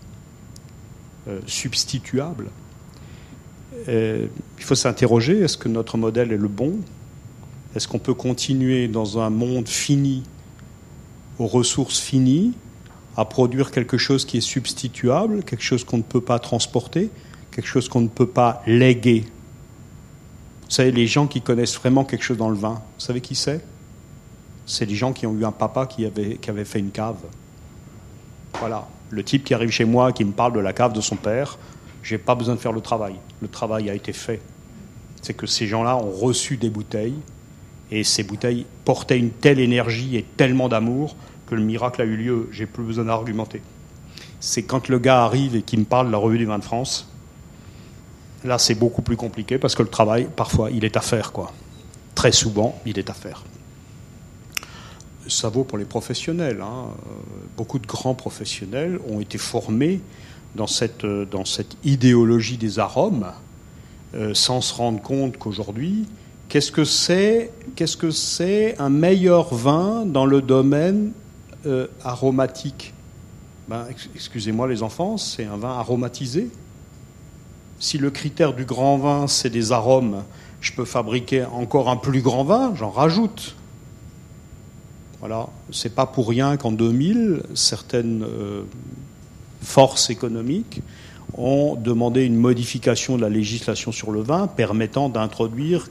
substituable. Il faut s'interroger, est-ce que notre modèle est le bon ? Est-ce qu'on peut continuer dans un monde fini, aux ressources finies, à produire quelque chose qui est substituable, quelque chose qu'on ne peut pas transporter, quelque chose qu'on ne peut pas léguer ? Vous savez, les gens qui connaissent vraiment quelque chose dans le vin, vous savez qui c'est ? C'est les gens qui ont eu un papa qui avait fait une cave. Voilà. Le type qui arrive chez moi, qui me parle de la cave de son père, je n'ai pas besoin de faire le travail. Le travail a été fait. C'est que ces gens-là ont reçu des bouteilles, et ces bouteilles portaient une telle énergie et tellement d'amour que le miracle a eu lieu. J'ai plus besoin d'argumenter. C'est quand le gars arrive et qu'il me parle de la revue du vin de France, là c'est beaucoup plus compliqué parce que le travail, parfois, il est à faire, quoi. Très souvent, il est à faire. Ça vaut pour les professionnels. Beaucoup de grands professionnels ont été formés dans cette idéologie des arômes, sans se rendre compte qu'aujourd'hui, qu'est-ce que c'est un meilleur vin dans le domaine aromatique ? Excusez-moi les enfants, c'est un vin aromatisé. Si le critère du grand vin, c'est des arômes, je peux fabriquer encore un plus grand vin, j'en rajoute. Voilà, c'est pas pour rien qu'en 2000, certaines forces économiques ont demandé une modification de la législation sur le vin permettant d'introduire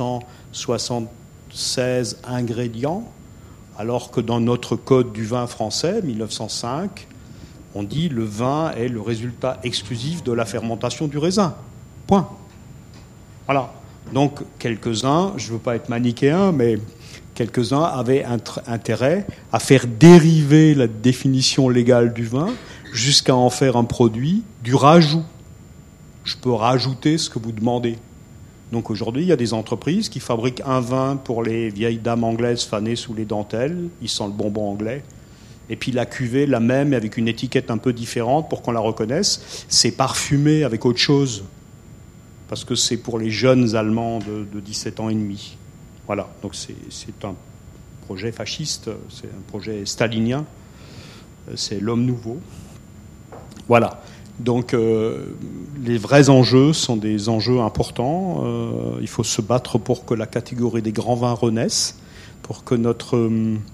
476 ingrédients, alors que dans notre code du vin français, 1905, on dit le vin est le résultat exclusif de la fermentation du raisin. Point. Voilà. Donc, quelques-uns, je ne veux pas être manichéen, mais quelques-uns avaient intérêt à faire dériver la définition légale du vin jusqu'à en faire un produit du rajout. Je peux rajouter ce que vous demandez. Donc aujourd'hui, il y a des entreprises qui fabriquent un vin pour les vieilles dames anglaises fanées sous les dentelles, ils sentent le bonbon anglais, et puis la cuvée, la même, avec une étiquette un peu différente pour qu'on la reconnaisse, c'est parfumé avec autre chose, parce que c'est pour les jeunes Allemands de 17 ans et demi. Voilà, donc c'est un projet fasciste, c'est un projet stalinien, c'est l'homme nouveau. Voilà, donc les vrais enjeux sont des enjeux importants. Il faut se battre pour que la catégorie des grands vins renaisse, pour que notre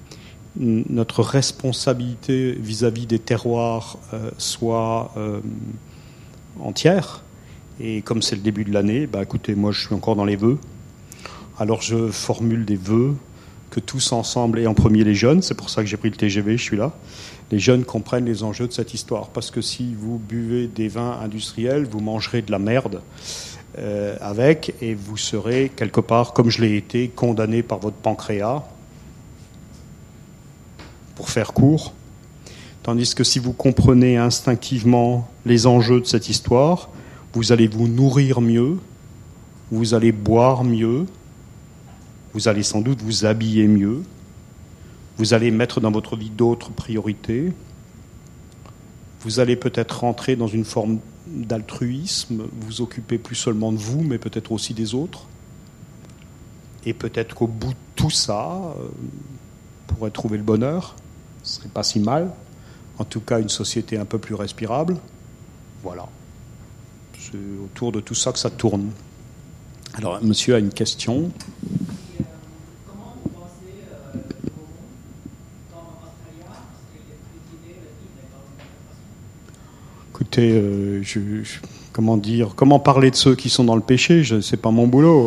responsabilité vis-à-vis des terroirs soit entière. Et comme c'est le début de l'année, écoutez, moi je suis encore dans les vœux. Alors je formule des vœux que tous ensemble, et en premier les jeunes, c'est pour ça que j'ai pris le TGV, je suis là, les jeunes comprennent les enjeux de cette histoire. Parce que si vous buvez des vins industriels, vous mangerez de la merde avec, et vous serez quelque part, comme je l'ai été, condamné par votre pancréas, pour faire court. Tandis que si vous comprenez instinctivement les enjeux de cette histoire, vous allez vous nourrir mieux, vous allez boire mieux, vous allez sans doute vous habiller mieux, Vous allez mettre dans votre vie d'autres priorités. Vous allez peut-être rentrer dans une forme d'altruisme, vous occuper plus seulement de vous, mais peut-être aussi des autres. Et peut-être qu'au bout de tout ça, vous pourrez trouver le bonheur. Ce serait pas si mal. En tout cas, une société un peu plus respirable. Voilà. C'est autour de tout ça que ça tourne. Alors, monsieur a une question.
Comment vous pensez au monde dans Australia, parce qu'il est cultivé, la vie n'est pas une
Écoutez, comment dire, comment parler de ceux qui sont dans le péché, c'est pas mon boulot.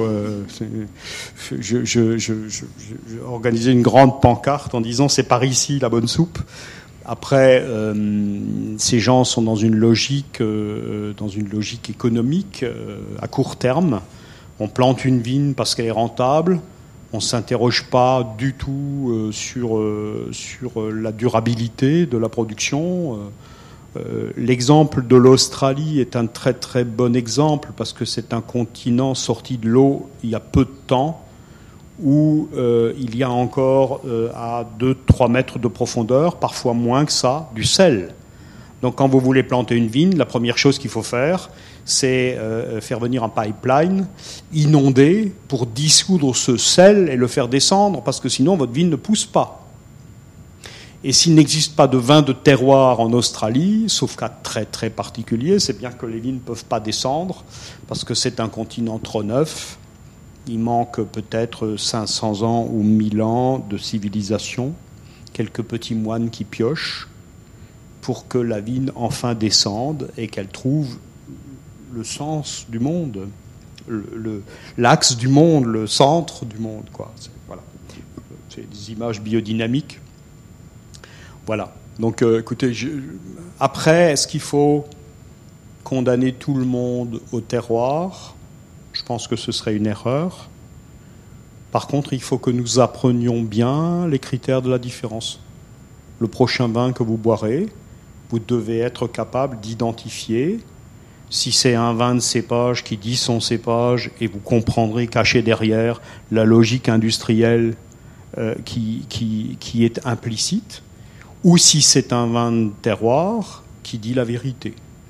Je organisais une grande pancarte en disant c'est par ici la bonne soupe. Après, ces gens sont dans une logique économique à court terme. On plante une vigne parce qu'elle est rentable. On ne s'interroge pas du tout sur la durabilité de la production. L'exemple de l'Australie est un très très bon exemple parce que c'est un continent sorti de l'eau il y a peu de temps où il y a encore à 2-3 mètres de profondeur, parfois moins que ça, du sel. Donc quand vous voulez planter une vigne, la première chose qu'il faut faire, c'est faire venir un pipeline inondé pour dissoudre ce sel et le faire descendre parce que sinon votre vigne ne pousse pas. Et s'il n'existe pas de vin de terroir en Australie, sauf cas très très particulier, c'est bien que les vignes ne peuvent pas descendre, parce que c'est un continent trop neuf. Il manque peut-être 500 ans ou 1000 ans de civilisation, quelques petits moines qui piochent, pour que la vigne enfin descende et qu'elle trouve le sens du monde, l'axe du monde, le centre du monde, quoi. Voilà. C'est des images biodynamiques. Voilà. Donc, écoutez, après, est-ce qu'il faut condamner tout le monde au terroir ? Je pense que ce serait une erreur. Par contre, il faut que nous apprenions bien les critères de la différence. Le prochain vin que vous boirez, vous devez être capable d'identifier si c'est un vin de cépage qui dit son cépage, et vous comprendrez caché derrière la logique industrielle qui est implicite, ou si c'est un vin de terroir qui dit la vérité.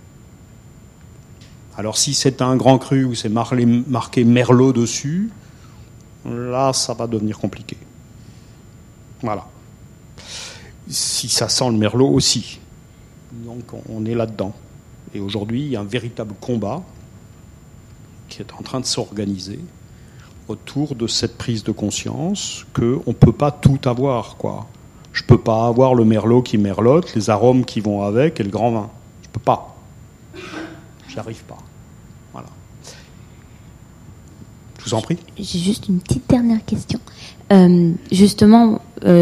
Alors si c'est un grand cru où c'est marqué Merlot dessus, là ça va devenir compliqué. Voilà. Si ça sent le Merlot aussi. Donc on est là-dedans. Et aujourd'hui, il y a un véritable combat qui est en train de s'organiser autour de cette prise de conscience qu'on ne peut pas tout avoir, quoi. Je ne peux pas avoir le Merlot qui merlote, les arômes qui vont avec et le grand vin. Je ne peux pas. J'y arrive pas. Voilà. Je vous en prie.
J'ai juste une petite dernière question. Justement,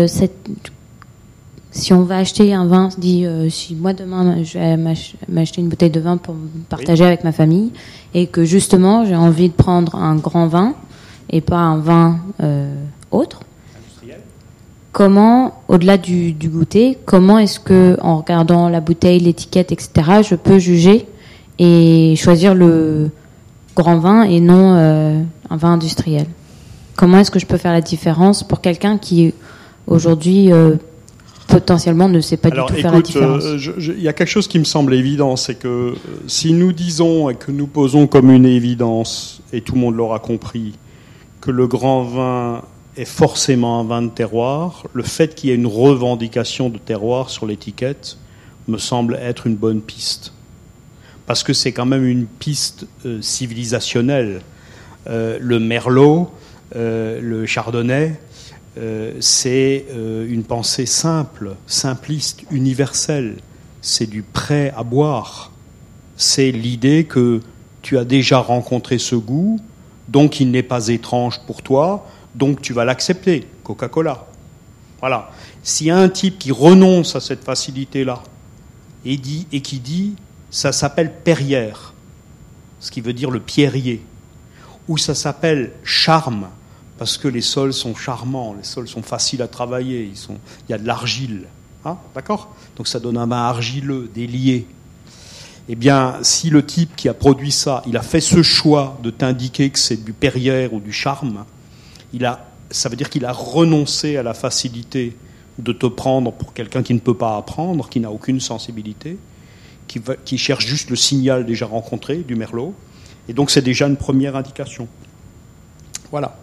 si on va acheter un vin, si moi demain je vais m'acheter une bouteille de vin pour partager avec ma famille, et que justement j'ai envie de prendre un grand vin et pas un vin autre, comment, au-delà du goûter, comment est-ce que, en regardant la bouteille, l'étiquette, etc., je peux juger et choisir le grand vin et non un vin industriel ? Comment est-ce que je peux faire la différence pour quelqu'un qui, aujourd'hui, potentiellement ne sait pas du tout faire la différence ?
Il y a quelque chose qui me semble évident, c'est que si nous disons et que nous posons comme une évidence, et tout le monde l'aura compris, que le grand vin est forcément un vin de terroir, le fait qu'il y ait une revendication de terroir sur l'étiquette me semble être une bonne piste. Parce que c'est quand même une piste civilisationnelle. Le Merlot, le Chardonnay, c'est une pensée simple, simpliste, universelle. C'est du prêt à boire. C'est l'idée que tu as déjà rencontré ce goût, donc il n'est pas étrange pour toi, donc tu vas l'accepter, Coca-Cola. Voilà. S'il y a un type qui renonce à cette facilité-là et qui dit ça s'appelle Perrière, ce qui veut dire le pierrier, ou ça s'appelle charme, parce que les sols sont charmants, les sols sont faciles à travailler, il y a de l'argile, hein, d'accord ? Donc ça donne un vin argileux, délié. Eh bien, si le type qui a produit ça, il a fait ce choix de t'indiquer que c'est du Perrière ou du charme, ça veut dire qu'il a renoncé à la facilité de te prendre pour quelqu'un qui ne peut pas apprendre, qui n'a aucune sensibilité, qui cherche juste le signal déjà rencontré du merlot. Et donc c'est déjà une première indication. Voilà.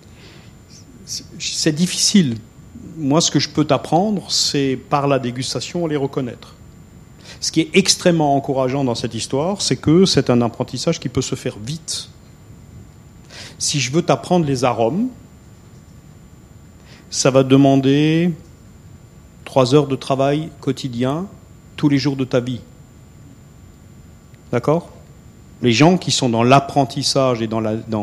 C'est difficile. Moi, ce que je peux t'apprendre, c'est par la dégustation les reconnaître. Ce qui est extrêmement encourageant dans cette histoire, c'est que c'est un apprentissage qui peut se faire vite. Si je veux t'apprendre les arômes, ça va demander 3 heures de travail quotidien, tous les jours de ta vie. D'accord ? Les gens qui sont dans l'apprentissage et dans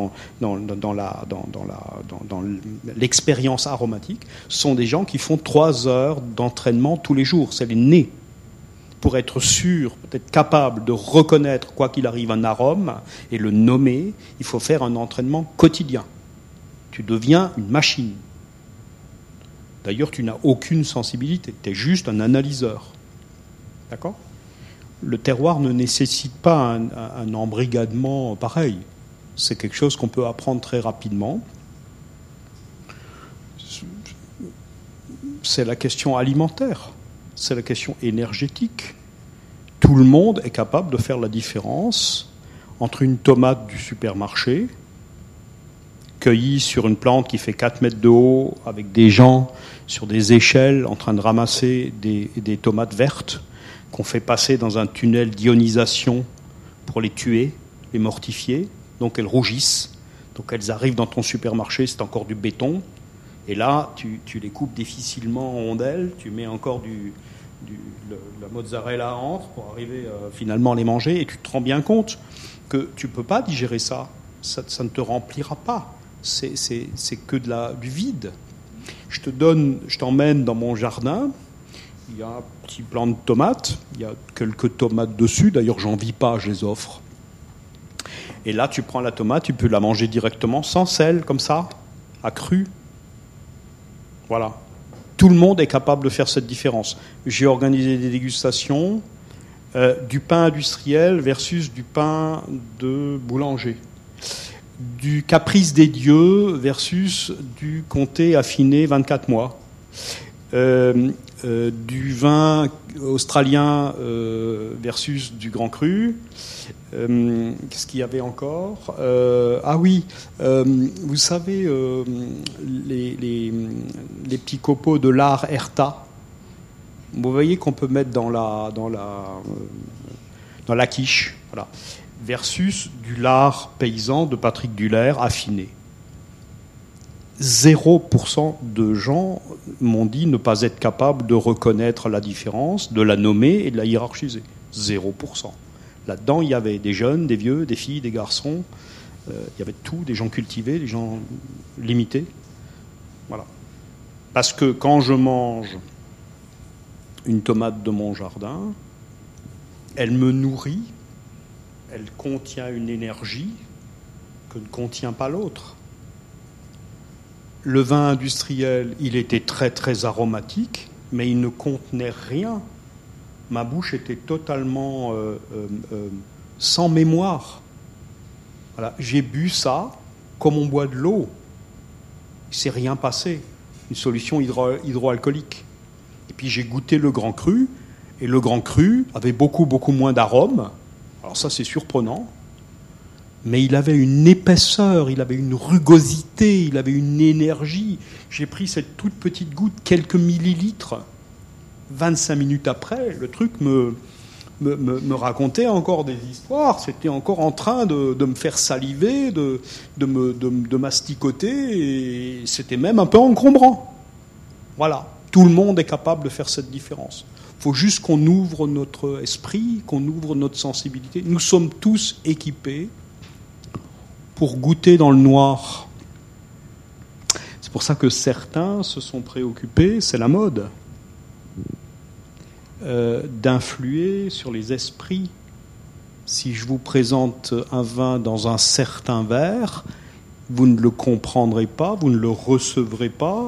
l'expérience aromatique sont des gens qui font 3 heures d'entraînement tous les jours. C'est les nés. Pour être sûr, peut-être capable de reconnaître, quoi qu'il arrive, un arôme et le nommer, il faut faire un entraînement quotidien. Tu deviens une machine. D'ailleurs, tu n'as aucune sensibilité. Tu es juste un analyseur. D'accord ? Le terroir ne nécessite pas un embrigadement pareil. C'est quelque chose qu'on peut apprendre très rapidement. C'est la question alimentaire, c'est la question énergétique. Tout le monde est capable de faire la différence entre une tomate du supermarché, cueillie sur une plante qui fait 4 mètres de haut, avec des gens sur des échelles en train de ramasser des tomates vertes, qu'on fait passer dans un tunnel d'ionisation pour les tuer, les mortifier. Donc elles rougissent. Donc elles arrivent dans ton supermarché, c'est encore du béton. Et là, tu les coupes difficilement en rondelles, tu mets encore la mozzarella entre pour arriver finalement à les manger. Et tu te rends bien compte que tu ne peux pas digérer ça. Ça ne te remplira pas. C'est que du vide. Je t'emmène dans mon jardin. Il y a un petit plant de tomates, il y a quelques tomates dessus, d'ailleurs j'en vis pas, je les offre. Et là tu prends la tomate, tu peux la manger directement, sans sel, comme ça, à cru. Voilà. Tout le monde est capable de faire cette différence. J'ai organisé des dégustations du pain industriel versus du pain de boulanger. Du caprice des dieux versus du comté affiné 24 mois. Du vin australien versus du grand cru. Qu'est-ce qu'il y avait encore ? Vous savez, les petits copeaux de lard Herta. Vous voyez qu'on peut mettre dans la quiche, voilà. Versus du lard paysan de Patrick Duller affiné. 0% de gens m'ont dit ne pas être capables de reconnaître la différence, de la nommer et de la hiérarchiser. 0%. Là-dedans, il y avait des jeunes, des vieux, des filles, des garçons. Il y avait tout, des gens cultivés, des gens limités. Voilà. Parce que quand je mange une tomate de mon jardin, elle me nourrit, elle contient une énergie que ne contient pas l'autre. Le vin industriel, il était très très aromatique, mais il ne contenait rien. Ma bouche était totalement sans mémoire. Voilà. J'ai bu ça comme on boit de l'eau. Il ne s'est rien passé. Une solution hydroalcoolique. Et puis j'ai goûté le grand cru, et le grand cru avait beaucoup beaucoup moins d'arômes. Alors ça c'est surprenant. Mais il avait une épaisseur, il avait une rugosité, il avait une énergie. J'ai pris cette toute petite goutte, quelques millilitres. 25 minutes après, le truc me racontait encore des histoires. C'était encore en train de me faire saliver, de masticoter, et c'était même un peu encombrant. Voilà, tout le monde est capable de faire cette différence. Il faut juste qu'on ouvre notre esprit, qu'on ouvre notre sensibilité. Nous sommes tous équipés pour goûter dans le noir. C'est pour ça que certains se sont préoccupés, c'est la mode, d'influer sur les esprits. Si je vous présente un vin dans un certain verre, vous ne le comprendrez pas, vous ne le recevrez pas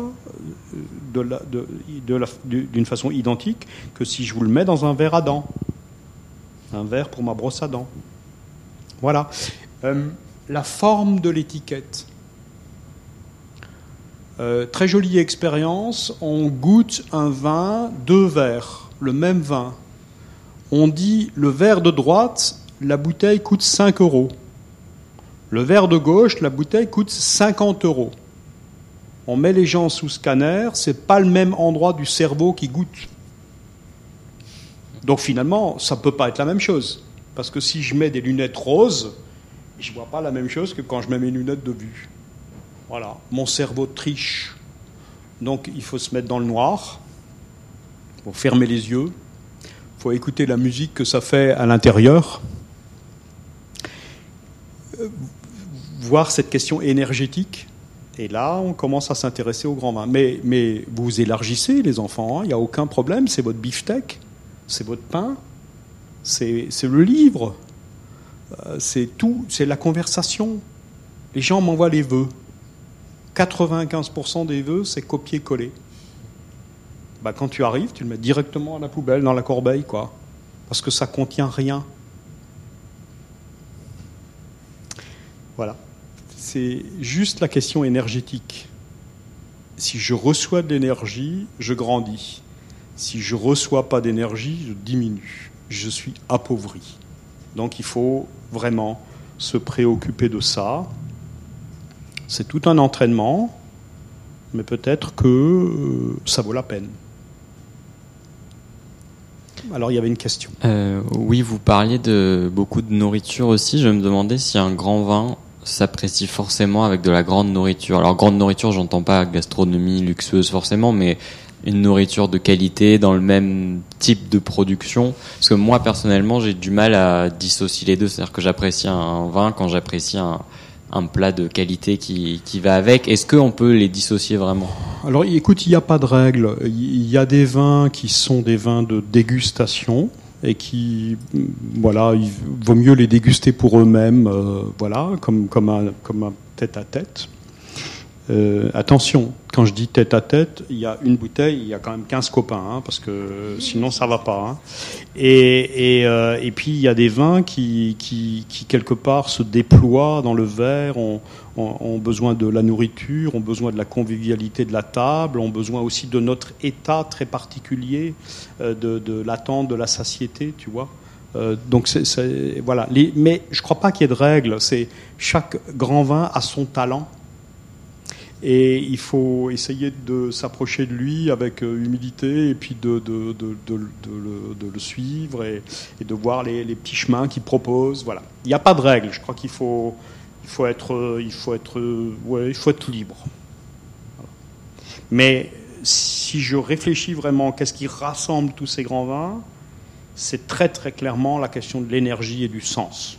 d'une façon identique que si je vous le mets dans un verre à dents. Un verre pour ma brosse à dents. Voilà. La forme de l'étiquette. Très jolie expérience, on goûte un vin, 2 verres, le même vin. On dit, le verre de droite, la bouteille coûte 5 €. Le verre de gauche, la bouteille coûte 50 €. On met les gens sous scanner, c'est pas le même endroit du cerveau qui goûte. Donc finalement, ça peut pas être la même chose. Parce que si je mets des lunettes roses, je vois pas la même chose que quand je mets mes lunettes de vue. Voilà, mon cerveau triche. Donc il faut se mettre dans le noir, il faut fermer les yeux, il faut écouter la musique que ça fait à l'intérieur, voir cette question énergétique. Et là, on commence à s'intéresser au grand vin. Mais vous élargissez, les enfants, il n'y a aucun problème, c'est votre beefsteak, c'est votre pain, c'est le livre, c'est tout, c'est la conversation. Les gens m'envoient les vœux. 95% des vœux, c'est copier-coller. Quand tu arrives, tu le mets directement à la poubelle, dans la corbeille, quoi. Parce que ça contient rien. Voilà. C'est juste la question énergétique. Si je reçois de l'énergie, je grandis. Si je ne reçois pas d'énergie, je diminue. Je suis appauvri. Donc il faut vraiment se préoccuper de ça. C'est tout un entraînement, mais peut-être que ça vaut la peine. Alors il y avait une question.
Oui, vous parliez de beaucoup de nourriture aussi. Je me demandais si un grand vin s'apprécie forcément avec de la grande nourriture. Alors grande nourriture, j'entends pas gastronomie luxueuse forcément, mais une nourriture de qualité dans le même type de production. Parce que moi personnellement, j'ai du mal à dissocier les deux. C'est-à-dire que j'apprécie un vin quand j'apprécie un plat de qualité qui va avec. Est-ce qu'on peut les dissocier vraiment ?
Alors écoute, il n'y a pas de règle. Il y a des vins qui sont des vins de dégustation et qui, voilà, il vaut mieux les déguster pour eux-mêmes, voilà, comme un tête-à-tête. Attention, quand je dis tête-à-tête, il y a une bouteille, il y a quand même 15 copains, parce que sinon ça va pas. Et puis il y a des vins qui quelque part se déploient dans le verre, ont besoin de la nourriture, ont besoin de la convivialité de la table, ont besoin aussi de notre état très particulier, de l'attente, de la satiété, tu vois. Donc voilà. Mais je crois pas qu'il y ait de règles. Chaque grand vin a son talent. Et il faut essayer de s'approcher de lui avec humilité et puis de le suivre et de voir les petits chemins qu'il propose. Voilà. Il n'y a pas de règle. Je crois qu'il faut être libre. Voilà. Mais si je réfléchis vraiment, qu'est-ce qui rassemble tous ces grands vins ? C'est très très clairement la question de l'énergie et du sens.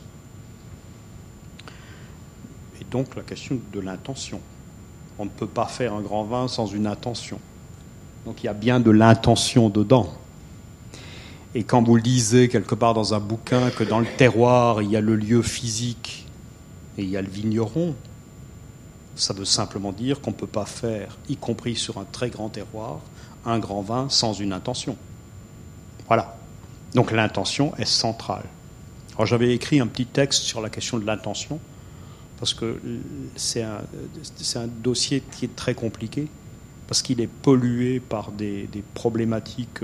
Et donc la question de l'intention. On ne peut pas faire un grand vin sans une intention. Donc il y a bien de l'intention dedans. Et quand vous le lisez quelque part dans un bouquin que dans le terroir, il y a le lieu physique et il y a le vigneron, ça veut simplement dire qu'on ne peut pas faire, y compris sur un très grand terroir, un grand vin sans une intention. Voilà. Donc l'intention est centrale. Alors j'avais écrit un petit texte sur la question de l'intention, parce que c'est un dossier qui est très compliqué, parce qu'il est pollué par des problématiques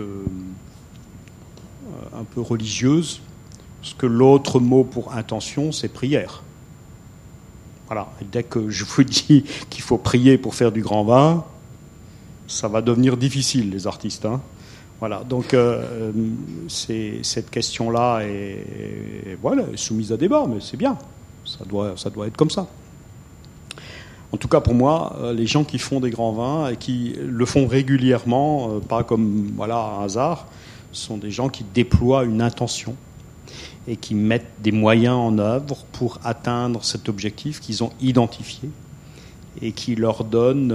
un peu religieuses, parce que l'autre mot pour intention, c'est prière. Voilà. Et dès que je vous dis qu'il faut prier pour faire du grand vin, ça va devenir difficile, les artistes. Voilà. Donc cette question-là est soumise à débat, mais c'est bien. Ça doit être comme ça. En tout cas, pour moi, les gens qui font des grands vins et qui le font régulièrement, pas comme un hasard, sont des gens qui déploient une intention et qui mettent des moyens en œuvre pour atteindre cet objectif qu'ils ont identifié et qui leur donne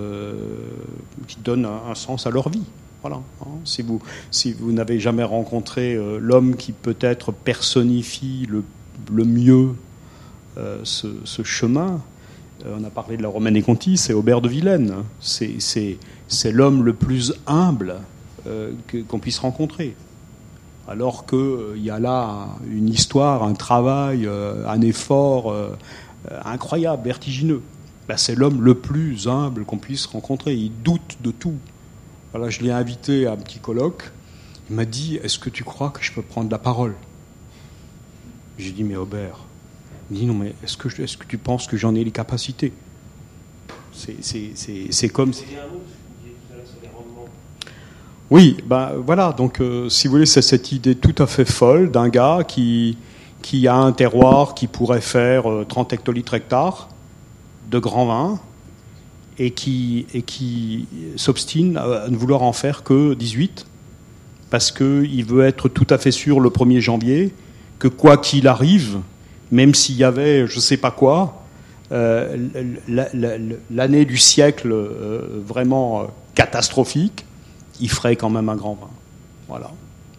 un sens à leur vie. Voilà. Si vous n'avez jamais rencontré l'homme qui peut-être personnifie le mieux ce chemin, on a parlé de la Romaine Conti, c'est Aubert de Villaine. C'est l'homme le plus humble qu'on puisse rencontrer. Alors qu'il y a là une histoire, un travail, un effort incroyable, vertigineux. Ben, c'est l'homme le plus humble qu'on puisse rencontrer. Il doute de tout. Voilà, je l'ai invité à un petit colloque. Il m'a dit, est-ce que tu crois que je peux prendre la parole? J'ai dit, mais Aubert. Il me dit, non, mais est-ce que tu penses que j'en ai les capacités? C'est comme... Oui, ben voilà, donc si vous voulez, c'est cette idée tout à fait folle d'un gars qui a un terroir qui pourrait faire 30 hectolitres hectares de grand vin et qui s'obstine à ne vouloir en faire que 18 parce qu'il veut être tout à fait sûr le 1er janvier que quoi qu'il arrive, même s'il y avait je ne sais pas quoi, l'année du siècle vraiment catastrophique, il ferait quand même un grand vin. Voilà.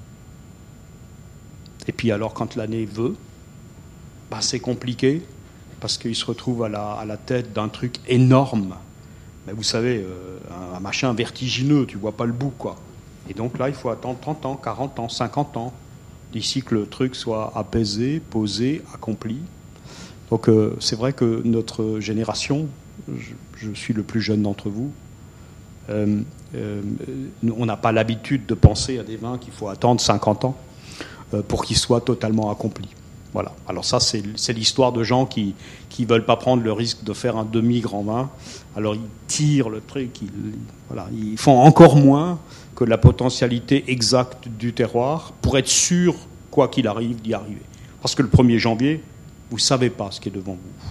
Et puis alors, quand l'année veut, bah, c'est compliqué, parce qu'il se retrouve à la tête d'un truc énorme. Mais vous savez, un machin vertigineux, tu vois pas le bout, quoi. Et donc là, il faut attendre 30 ans, 40 ans, 50 ans, d'ici que le truc soit apaisé, posé, accompli. Donc c'est vrai que notre génération, je suis le plus jeune d'entre vous, on n'a pas l'habitude de penser à des vins qu'il faut attendre 50 ans pour qu'ils soient totalement accomplis. Voilà. Alors ça, c'est l'histoire de gens qui veulent pas prendre le risque de faire un demi-grand vin. Alors ils tirent le truc, ils font encore moins que la potentialité exacte du terroir pour être sûr, quoi qu'il arrive, d'y arriver. Parce que le 1er janvier, vous ne savez pas ce qui est devant vous.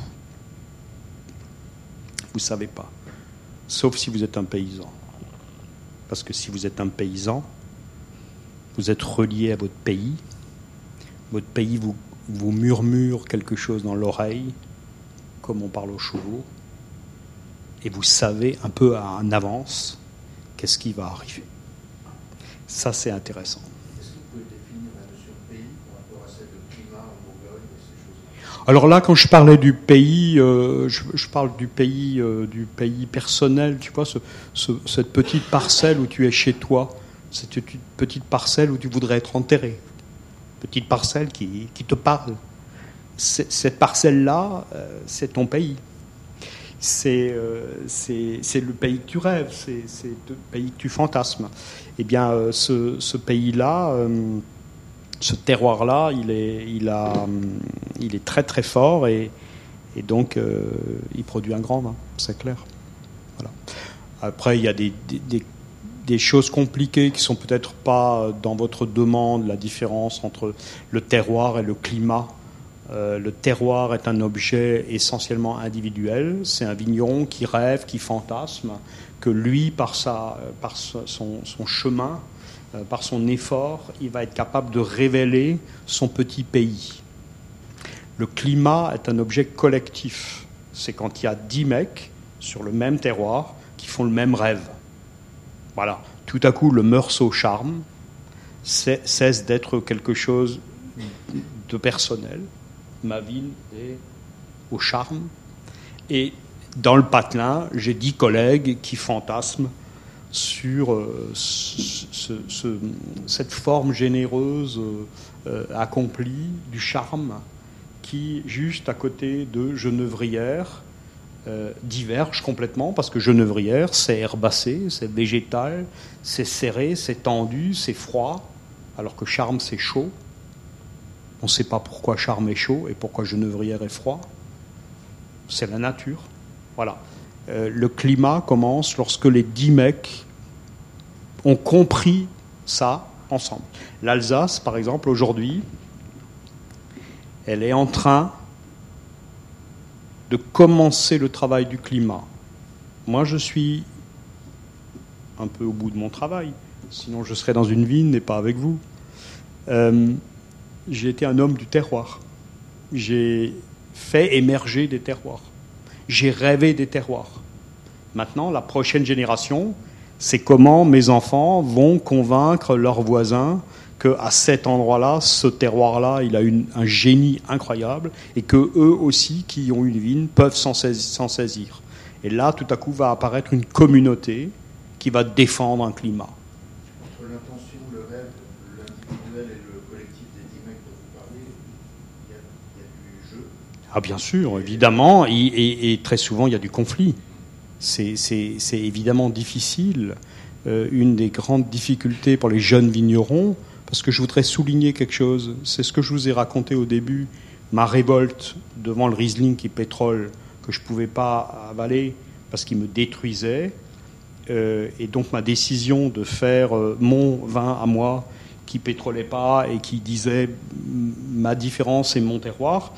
Vous ne savez pas. Sauf si vous êtes un paysan. Parce que si vous êtes un paysan, vous êtes relié à votre pays. Votre pays vous murmure quelque chose dans l'oreille, comme on parle aux chevaux. Et vous savez un peu en avance qu'est-ce qui va arriver. Ça, c'est intéressant.
Est-ce que vous pouvez définir la notion de pays par rapport à celle de climat en Bourgogne et ces choses-là?
Alors là, quand je parlais du pays, je parle du pays personnel, tu vois, cette petite parcelle où tu es chez toi, cette petite parcelle où tu voudrais être enterré, petite parcelle qui te parle. Cette parcelle-là, c'est ton pays. C'est le pays que tu rêves, c'est le pays que tu fantasmes. Eh bien, ce pays-là, ce terroir-là, il est très très fort et donc il produit un grand vin, c'est clair. Voilà. Après, il y a des choses compliquées qui sont peut-être pas dans votre demande, la différence entre le terroir et le climat. Le terroir est un objet essentiellement individuel. C'est un vigneron qui rêve, qui fantasme, que lui, par son chemin, par son effort, il va être capable de révéler son petit pays. Le climat est un objet collectif. C'est quand il y a 10 mecs sur le même terroir qui font le même rêve. Voilà. Tout à coup, le meursault charme cesse d'être quelque chose de personnel. Ma ville est au charme. Et dans le patelin, j'ai 10 collègues qui fantasment sur cette forme généreuse accomplie du charme qui, juste à côté de Genevrières, diverge complètement, parce que Genevrières, c'est herbacé, c'est végétal, c'est serré, c'est tendu, c'est froid, alors que Charme, c'est chaud. On ne sait pas pourquoi Charme est chaud et pourquoi Genevrières est froid. C'est la nature. Voilà. Le climat commence lorsque les 10 mecs ont compris ça ensemble. L'Alsace, par exemple, aujourd'hui, elle est en train de commencer le travail du climat. Moi, je suis un peu au bout de mon travail, sinon je serais dans une vigne et pas avec vous. J'ai été un homme du terroir. J'ai fait émerger des terroirs. J'ai rêvé des terroirs. Maintenant, la prochaine génération, c'est comment mes enfants vont convaincre leurs voisins qu'à cet endroit-là, ce terroir-là, il a un génie incroyable et que eux aussi, qui ont une vigne, peuvent s'en saisir. Et là, tout à coup, va apparaître une communauté qui va défendre un climat.
Entre l'intention, le rêve, l'individuel et le collectif des 10 mecs dont vous parlez, il y a du jeu.
Ah bien sûr, évidemment, et très souvent il y a du conflit. C'est évidemment difficile. Une des grandes difficultés pour les jeunes vignerons, parce que je voudrais souligner quelque chose, c'est ce que je vous ai raconté au début, ma révolte devant le Riesling qui pétrole, que je ne pouvais pas avaler parce qu'il me détruisait, et donc ma décision de faire mon vin à moi qui pétrolait pas et qui disait ma différence et mon terroir,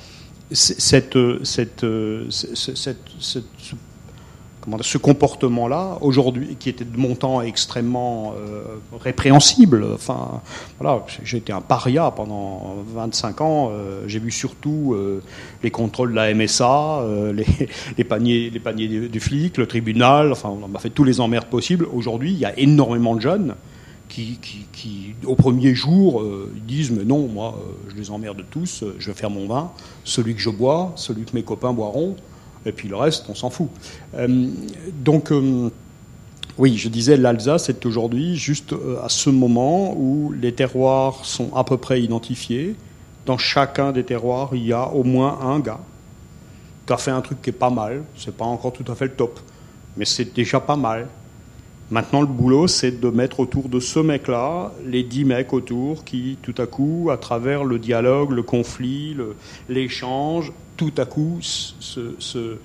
ce comportement-là, aujourd'hui, qui était de mon temps extrêmement répréhensible. Enfin, voilà, j'ai été un paria pendant 25 ans. J'ai vu surtout les contrôles de la MSA, les paniers du flic, le tribunal. Enfin, on m'a fait tous les emmerdes possibles. Aujourd'hui, il y a énormément de jeunes qui au premier jour, disent mais non, moi, je les emmerde tous. Je vais faire mon vin, celui que je bois, celui que mes copains boiront. Et puis le reste, on s'en fout. Oui, je disais, l'Alsace est aujourd'hui juste à ce moment où les terroirs sont à peu près identifiés. Dans chacun des terroirs, il y a au moins un gars qui a fait un truc qui est pas mal. C'est pas encore tout à fait le top, mais c'est déjà pas mal. Maintenant, le boulot, c'est de mettre autour de ce mec-là les 10 mecs autour qui, tout à coup, à travers le dialogue, le conflit, l'échange, tout à coup, se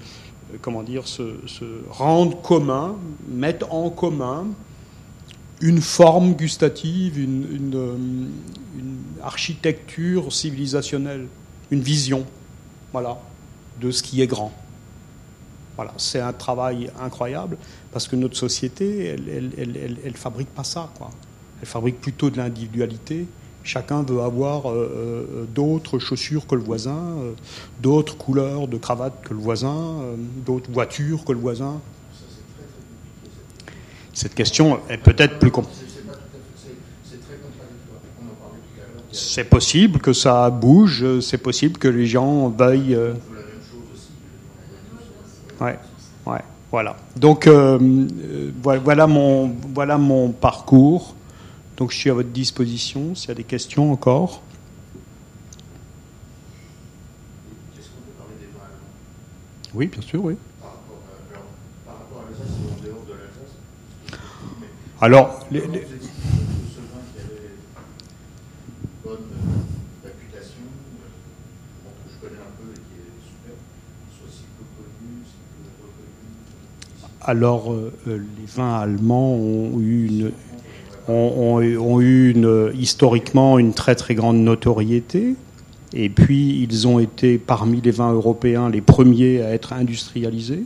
rendent commun, mettent en commun une forme gustative, une architecture civilisationnelle, une vision, voilà, de ce qui est grand. Voilà, c'est un travail incroyable parce que notre société, elle fabrique pas ça, quoi. Elle fabrique plutôt de l'individualité. Chacun veut avoir d'autres chaussures que le voisin, d'autres couleurs de cravate que le voisin, d'autres voitures que le voisin. Cette question est peut-être plus compliquée. C'est possible que ça bouge, c'est possible que les gens veuillent. Ouais, voilà. Donc voilà mon parcours. Donc je suis à votre disposition s'il y a des questions encore.
Est-ce qu'on peut parler des vins allemands ?
Oui, bien sûr, oui.
Par rapport à l'Alsace et en dehors de l'Alsace.
Alors,
vous expliquez que ce vin qui avait une bonne réputation, que je connais un peu et qui est super, soit si peu connu, si peu reconnu.
alors les vins allemands ont eu historiquement une très très grande notoriété, et puis ils ont été parmi les vins européens les premiers à être industrialisés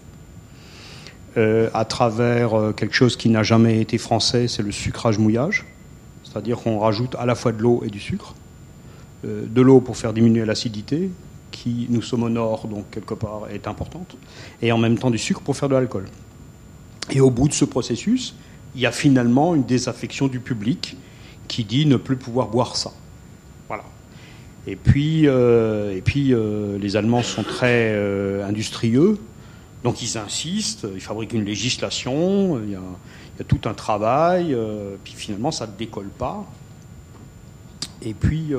à travers quelque chose qui n'a jamais été français, c'est le sucrage-mouillage, c'est-à-dire qu'on rajoute à la fois de l'eau et du sucre, de l'eau pour faire diminuer l'acidité qui, nous sommes au nord, donc quelque part est importante, et en même temps du sucre pour faire de l'alcool. Et au bout de ce processus, il y a finalement une désaffection du public qui dit ne plus pouvoir boire ça. Voilà. Et puis les Allemands sont très industrieux, donc ils insistent, ils fabriquent une législation, il y a tout un travail, puis finalement ça ne décolle pas. Et puis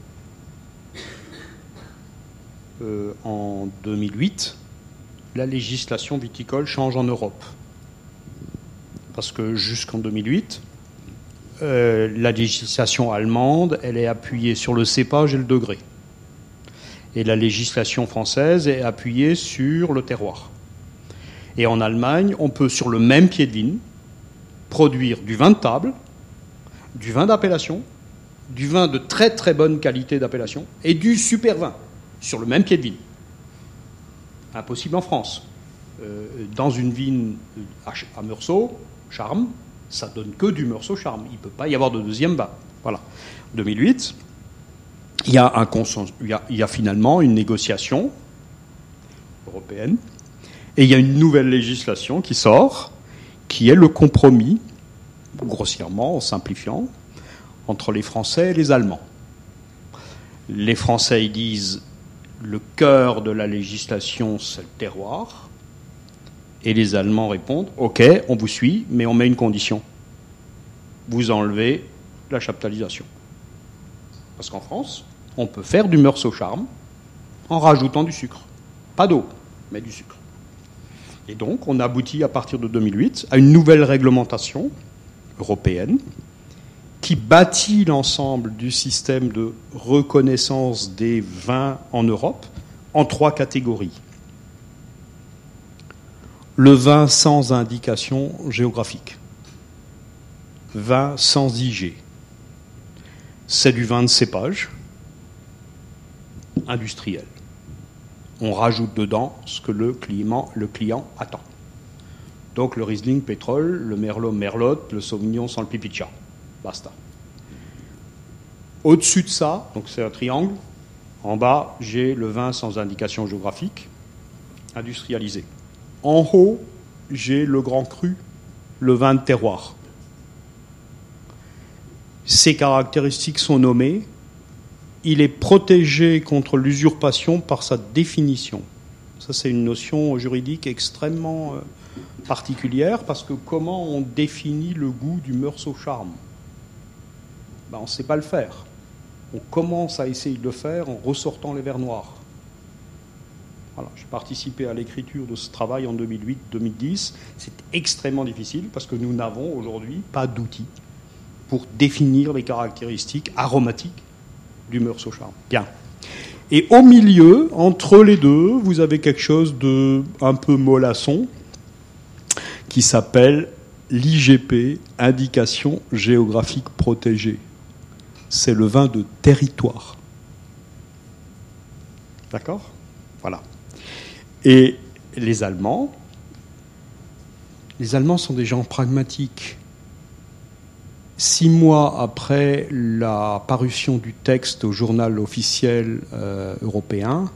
en 2008, la législation viticole change en Europe. Parce que jusqu'en 2008, la législation allemande, elle est appuyée sur le cépage et le degré. Et la législation française est appuyée sur le terroir. Et en Allemagne, on peut, sur le même pied de vigne, produire du vin de table, du vin d'appellation, du vin de très très bonne qualité d'appellation et du super vin, sur le même pied de vigne. Impossible en France. Dans une vigne à Meursault, Charme, ça donne que du Meursault Charme. Il ne peut pas y avoir de deuxième vin. Voilà. 2008, il y a finalement une négociation européenne et il y a une nouvelle législation qui sort, qui est le compromis, grossièrement, en simplifiant, entre les Français et les Allemands. Les Français, ils disent le cœur de la législation, c'est le terroir. Et les Allemands répondent « Ok, on vous suit, mais on met une condition. Vous enlevez la chaptalisation. » Parce qu'en France, on peut faire du Meursault Charme en rajoutant du sucre. Pas d'eau, mais du sucre. Et donc, on aboutit à partir de 2008 à une nouvelle réglementation européenne qui bâtit l'ensemble du système de reconnaissance des vins en Europe en 3 catégories. Le vin sans indication géographique. Vin sans IG. C'est du vin de cépage industriel. On rajoute dedans ce que le client attend. Donc le Riesling pétrole, le Merlot merlotte, le Sauvignon sans le pipicha. Basta. Au-dessus de ça, donc c'est un triangle, en bas j'ai le vin sans indication géographique, industrialisé. En haut, j'ai le grand cru, le vin de terroir. Ces caractéristiques sont nommées. Il est protégé contre l'usurpation par sa définition. Ça, c'est une notion juridique extrêmement particulière, parce que comment on définit le goût du Meursault Charme ? On ne sait pas le faire. On commence à essayer de le faire en ressortant les verres noirs. Voilà, j'ai participé à l'écriture de ce travail en 2008-2010. C'est extrêmement difficile, parce que nous n'avons aujourd'hui pas d'outils pour définir les caractéristiques aromatiques du Meursault Charme. Bien. Et au milieu, entre les deux, vous avez quelque chose de un peu mollasson qui s'appelle l'IGP, indication géographique protégée. C'est le vin de territoire. D'accord ? Voilà. Et les Allemands sont des gens pragmatiques. 6 mois après la parution du texte au journal officiel européen,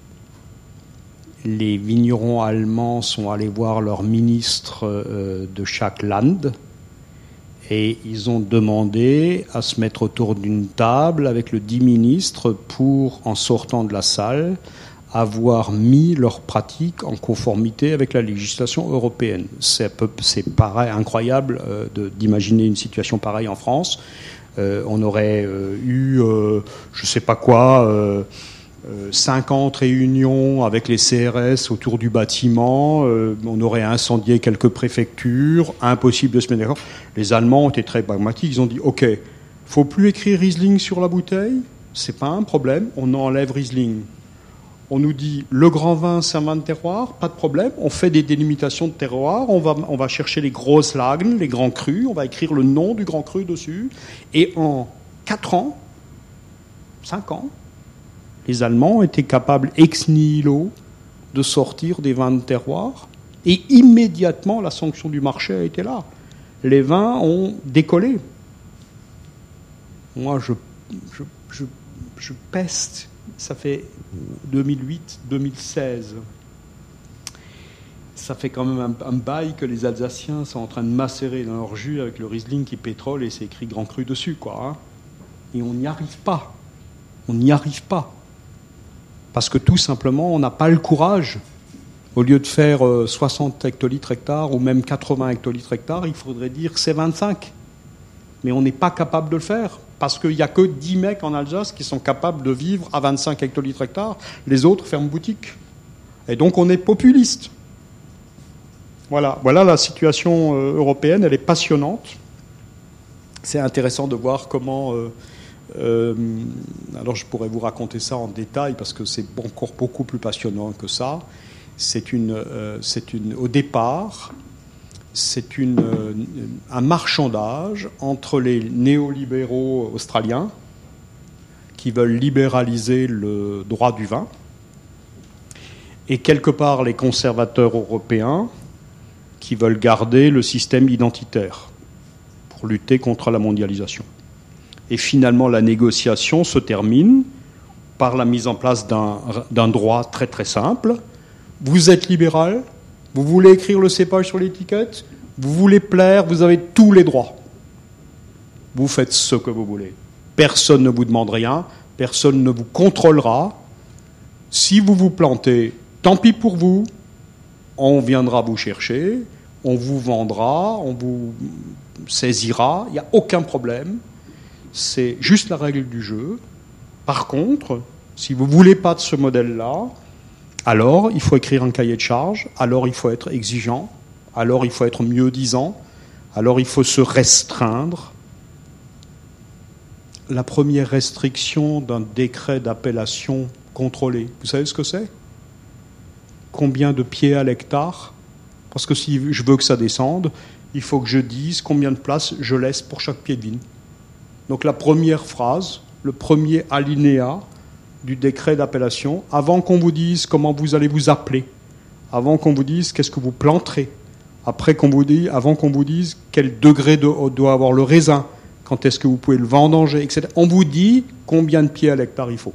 les vignerons allemands sont allés voir leur ministre de chaque land et ils ont demandé à se mettre autour d'une table avec le 10 ministres pour, en sortant de la salle, avoir mis leurs pratiques en conformité avec la législation européenne. C'est pareil, incroyable d'imaginer une situation pareille en France. On aurait eu, je ne sais pas quoi, 50 réunions avec les CRS autour du bâtiment. On aurait incendié quelques préfectures. Impossible de se mettre d'accord. Les Allemands ont été très pragmatiques. Ils ont dit, OK, il ne faut plus écrire Riesling sur la bouteille. Ce n'est pas un problème. On enlève Riesling. On nous dit, le grand vin, c'est un vin de terroir, pas de problème. On fait des délimitations de terroir, on va chercher les grosses Lagen, les grands crus, on va écrire le nom du grand cru dessus. Et en 4 ans, 5 ans, les Allemands étaient capables, ex nihilo, de sortir des vins de terroir. Et immédiatement, la sanction du marché a été là. Les vins ont décollé. Moi, je peste. Ça fait 2008-2016. Ça fait quand même un bail que les Alsaciens sont en train de macérer dans leur jus avec le Riesling qui pétrole et c'est écrit Grand Cru dessus, quoi. Hein. Et on n'y arrive pas. On n'y arrive pas. Parce que tout simplement, on n'a pas le courage. Au lieu de faire 60 hectolitres hectares ou même 80 hectolitres hectares, il faudrait dire que c'est 25. Mais on n'est pas capable de le faire. Parce qu'il n'y a que 10 mecs en Alsace qui sont capables de vivre à 25 hectolitres hectares. Les autres ferment boutique. Et donc on est populiste. Voilà la situation européenne, elle est passionnante. C'est intéressant de voir comment... alors je pourrais vous raconter ça en détail parce que c'est encore beaucoup plus passionnant que ça. Au départ... C'est un marchandage entre les néolibéraux australiens qui veulent libéraliser le droit du vin et quelque part les conservateurs européens qui veulent garder le système identitaire pour lutter contre la mondialisation. Et finalement, la négociation se termine par la mise en place d'un droit très très simple. Vous êtes libéral, vous voulez écrire le cépage sur l'étiquette, vous voulez plaire, vous avez tous les droits. Vous faites ce que vous voulez. Personne ne vous demande rien, personne ne vous contrôlera. Si vous vous plantez, tant pis pour vous, on viendra vous chercher, on vous vendra, on vous saisira, il n'y a aucun problème. C'est juste la règle du jeu. Par contre, si vous ne voulez pas de ce modèle-là, Alors, il faut écrire un cahier de charges, alors il faut être exigeant, alors il faut être mieux-disant, alors il faut se restreindre. La première restriction d'un décret d'appellation contrôlé, vous savez ce que c'est ? Combien de pieds à l'hectare ? Parce que si je veux que ça descende, il faut que je dise combien de place je laisse pour chaque pied de vigne. Donc la première phrase, le premier alinéa du décret d'appellation, avant qu'on vous dise comment vous allez vous appeler, avant qu'on vous dise qu'est-ce que vous planterez, avant qu'on vous dise quel degré doit avoir le raisin, quand est-ce que vous pouvez le vendanger, etc. On vous dit combien de pieds à l'hectare il faut.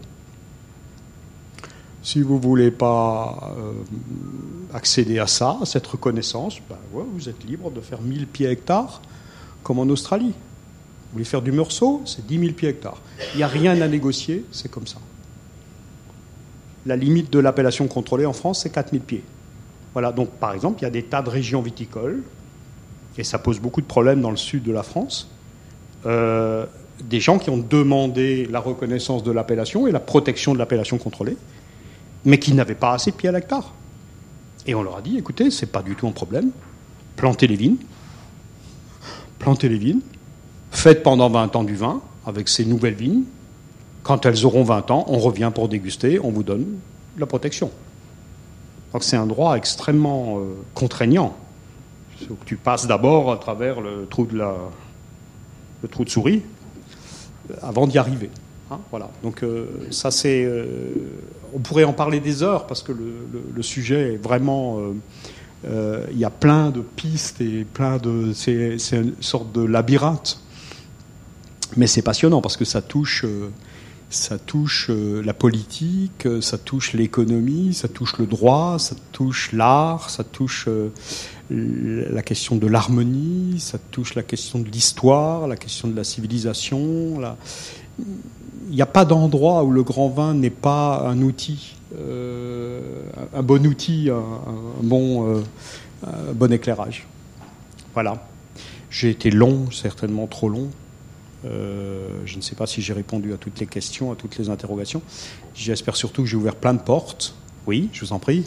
Si vous ne voulez pas accéder à ça, à cette reconnaissance, vous êtes libre de faire 1000 pieds hectares, comme en Australie. Vous voulez faire du meursault, c'est 10 000 pieds hectares. Il n'y a rien à négocier, c'est comme ça. La limite de l'appellation contrôlée en France, c'est 4000 pieds. Voilà, donc par exemple, il y a des tas de régions viticoles, et ça pose beaucoup de problèmes dans le sud de la France, des gens qui ont demandé la reconnaissance de l'appellation et la protection de l'appellation contrôlée, mais qui n'avaient pas assez de pieds à l'hectare. Et on leur a dit, écoutez, c'est pas du tout un problème, plantez les vignes, faites pendant 20 ans du vin avec ces nouvelles vignes, quand elles auront 20 ans, on revient pour déguster, on vous donne la protection. Donc c'est un droit extrêmement contraignant. Il faut que tu passes d'abord à travers le trou de souris avant d'y arriver. Voilà. Donc ça c'est... on pourrait en parler des heures parce que le sujet est vraiment... il y a plein de pistes et c'est une sorte de labyrinthe. Mais c'est passionnant parce que ça touche la politique, ça touche l'économie, ça touche le droit, ça touche l'art, ça touche la question de l'harmonie, ça touche la question de l'histoire, la question de la civilisation. Il n'y a pas d'endroit où le grand vin n'est pas un outil, un bon outil, un bon éclairage. Voilà. J'ai été long, certainement trop long. Je ne sais pas si j'ai répondu à toutes les questions, à toutes les interrogations. J'espère surtout que j'ai ouvert plein de portes. Oui, je vous en prie.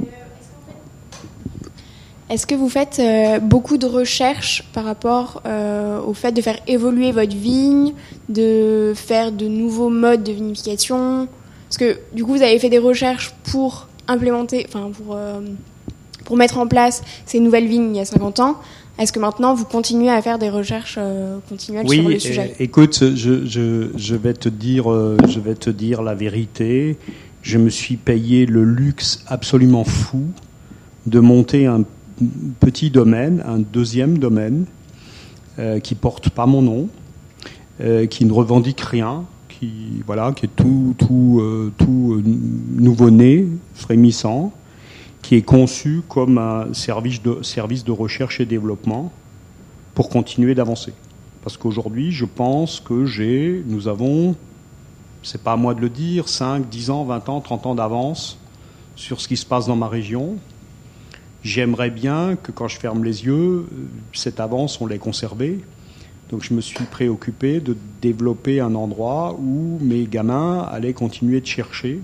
Est-ce que vous faites beaucoup de recherches par rapport au fait de faire évoluer votre vigne, de faire de nouveaux modes de vinification ? Parce que du coup, vous avez fait des recherches pour implémenter, pour mettre en place ces nouvelles vignes il y a 50 ans. Est-ce que maintenant, vous continuez à faire des recherches continuelles sur le sujet ?
Écoute, je vais te dire la vérité. Je me suis payé le luxe absolument fou de monter un petit domaine, un deuxième domaine, qui porte pas mon nom, qui ne revendique rien, qui est tout nouveau-né, frémissant, qui est conçu comme un service de recherche et développement pour continuer d'avancer. Parce qu'aujourd'hui, je pense que nous avons, c'est pas à moi de le dire, 5, 10 ans, 20 ans, 30 ans d'avance sur ce qui se passe dans ma région. J'aimerais bien que quand je ferme les yeux, cette avance, on l'ait conservée. Donc je me suis préoccupé de développer un endroit où mes gamins allaient continuer de chercher.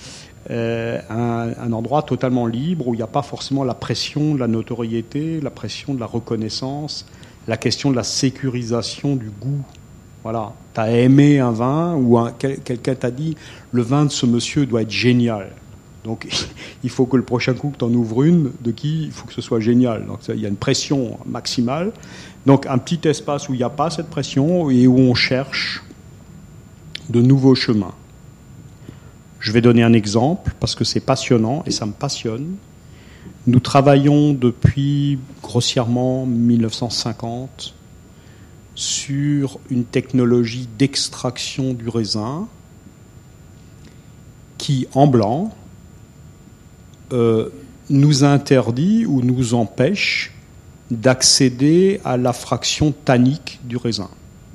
Un endroit totalement libre où il n'y a pas forcément la pression de la notoriété, la pression de la reconnaissance, la question de la sécurisation du goût. Voilà. Tu as aimé un vin ou quelqu'un t'a dit le vin de ce monsieur doit être génial. Donc il faut que le prochain coup que tu en ouvres une, il faut que ce soit génial. Donc il y a une pression maximale. Donc un petit espace où il n'y a pas cette pression et où on cherche de nouveaux chemins. Je vais donner un exemple parce que c'est passionnant et ça me passionne. Nous travaillons depuis grossièrement 1950 sur une technologie d'extraction du raisin qui, en blanc, nous interdit ou nous empêche d'accéder à la fraction tannique du raisin.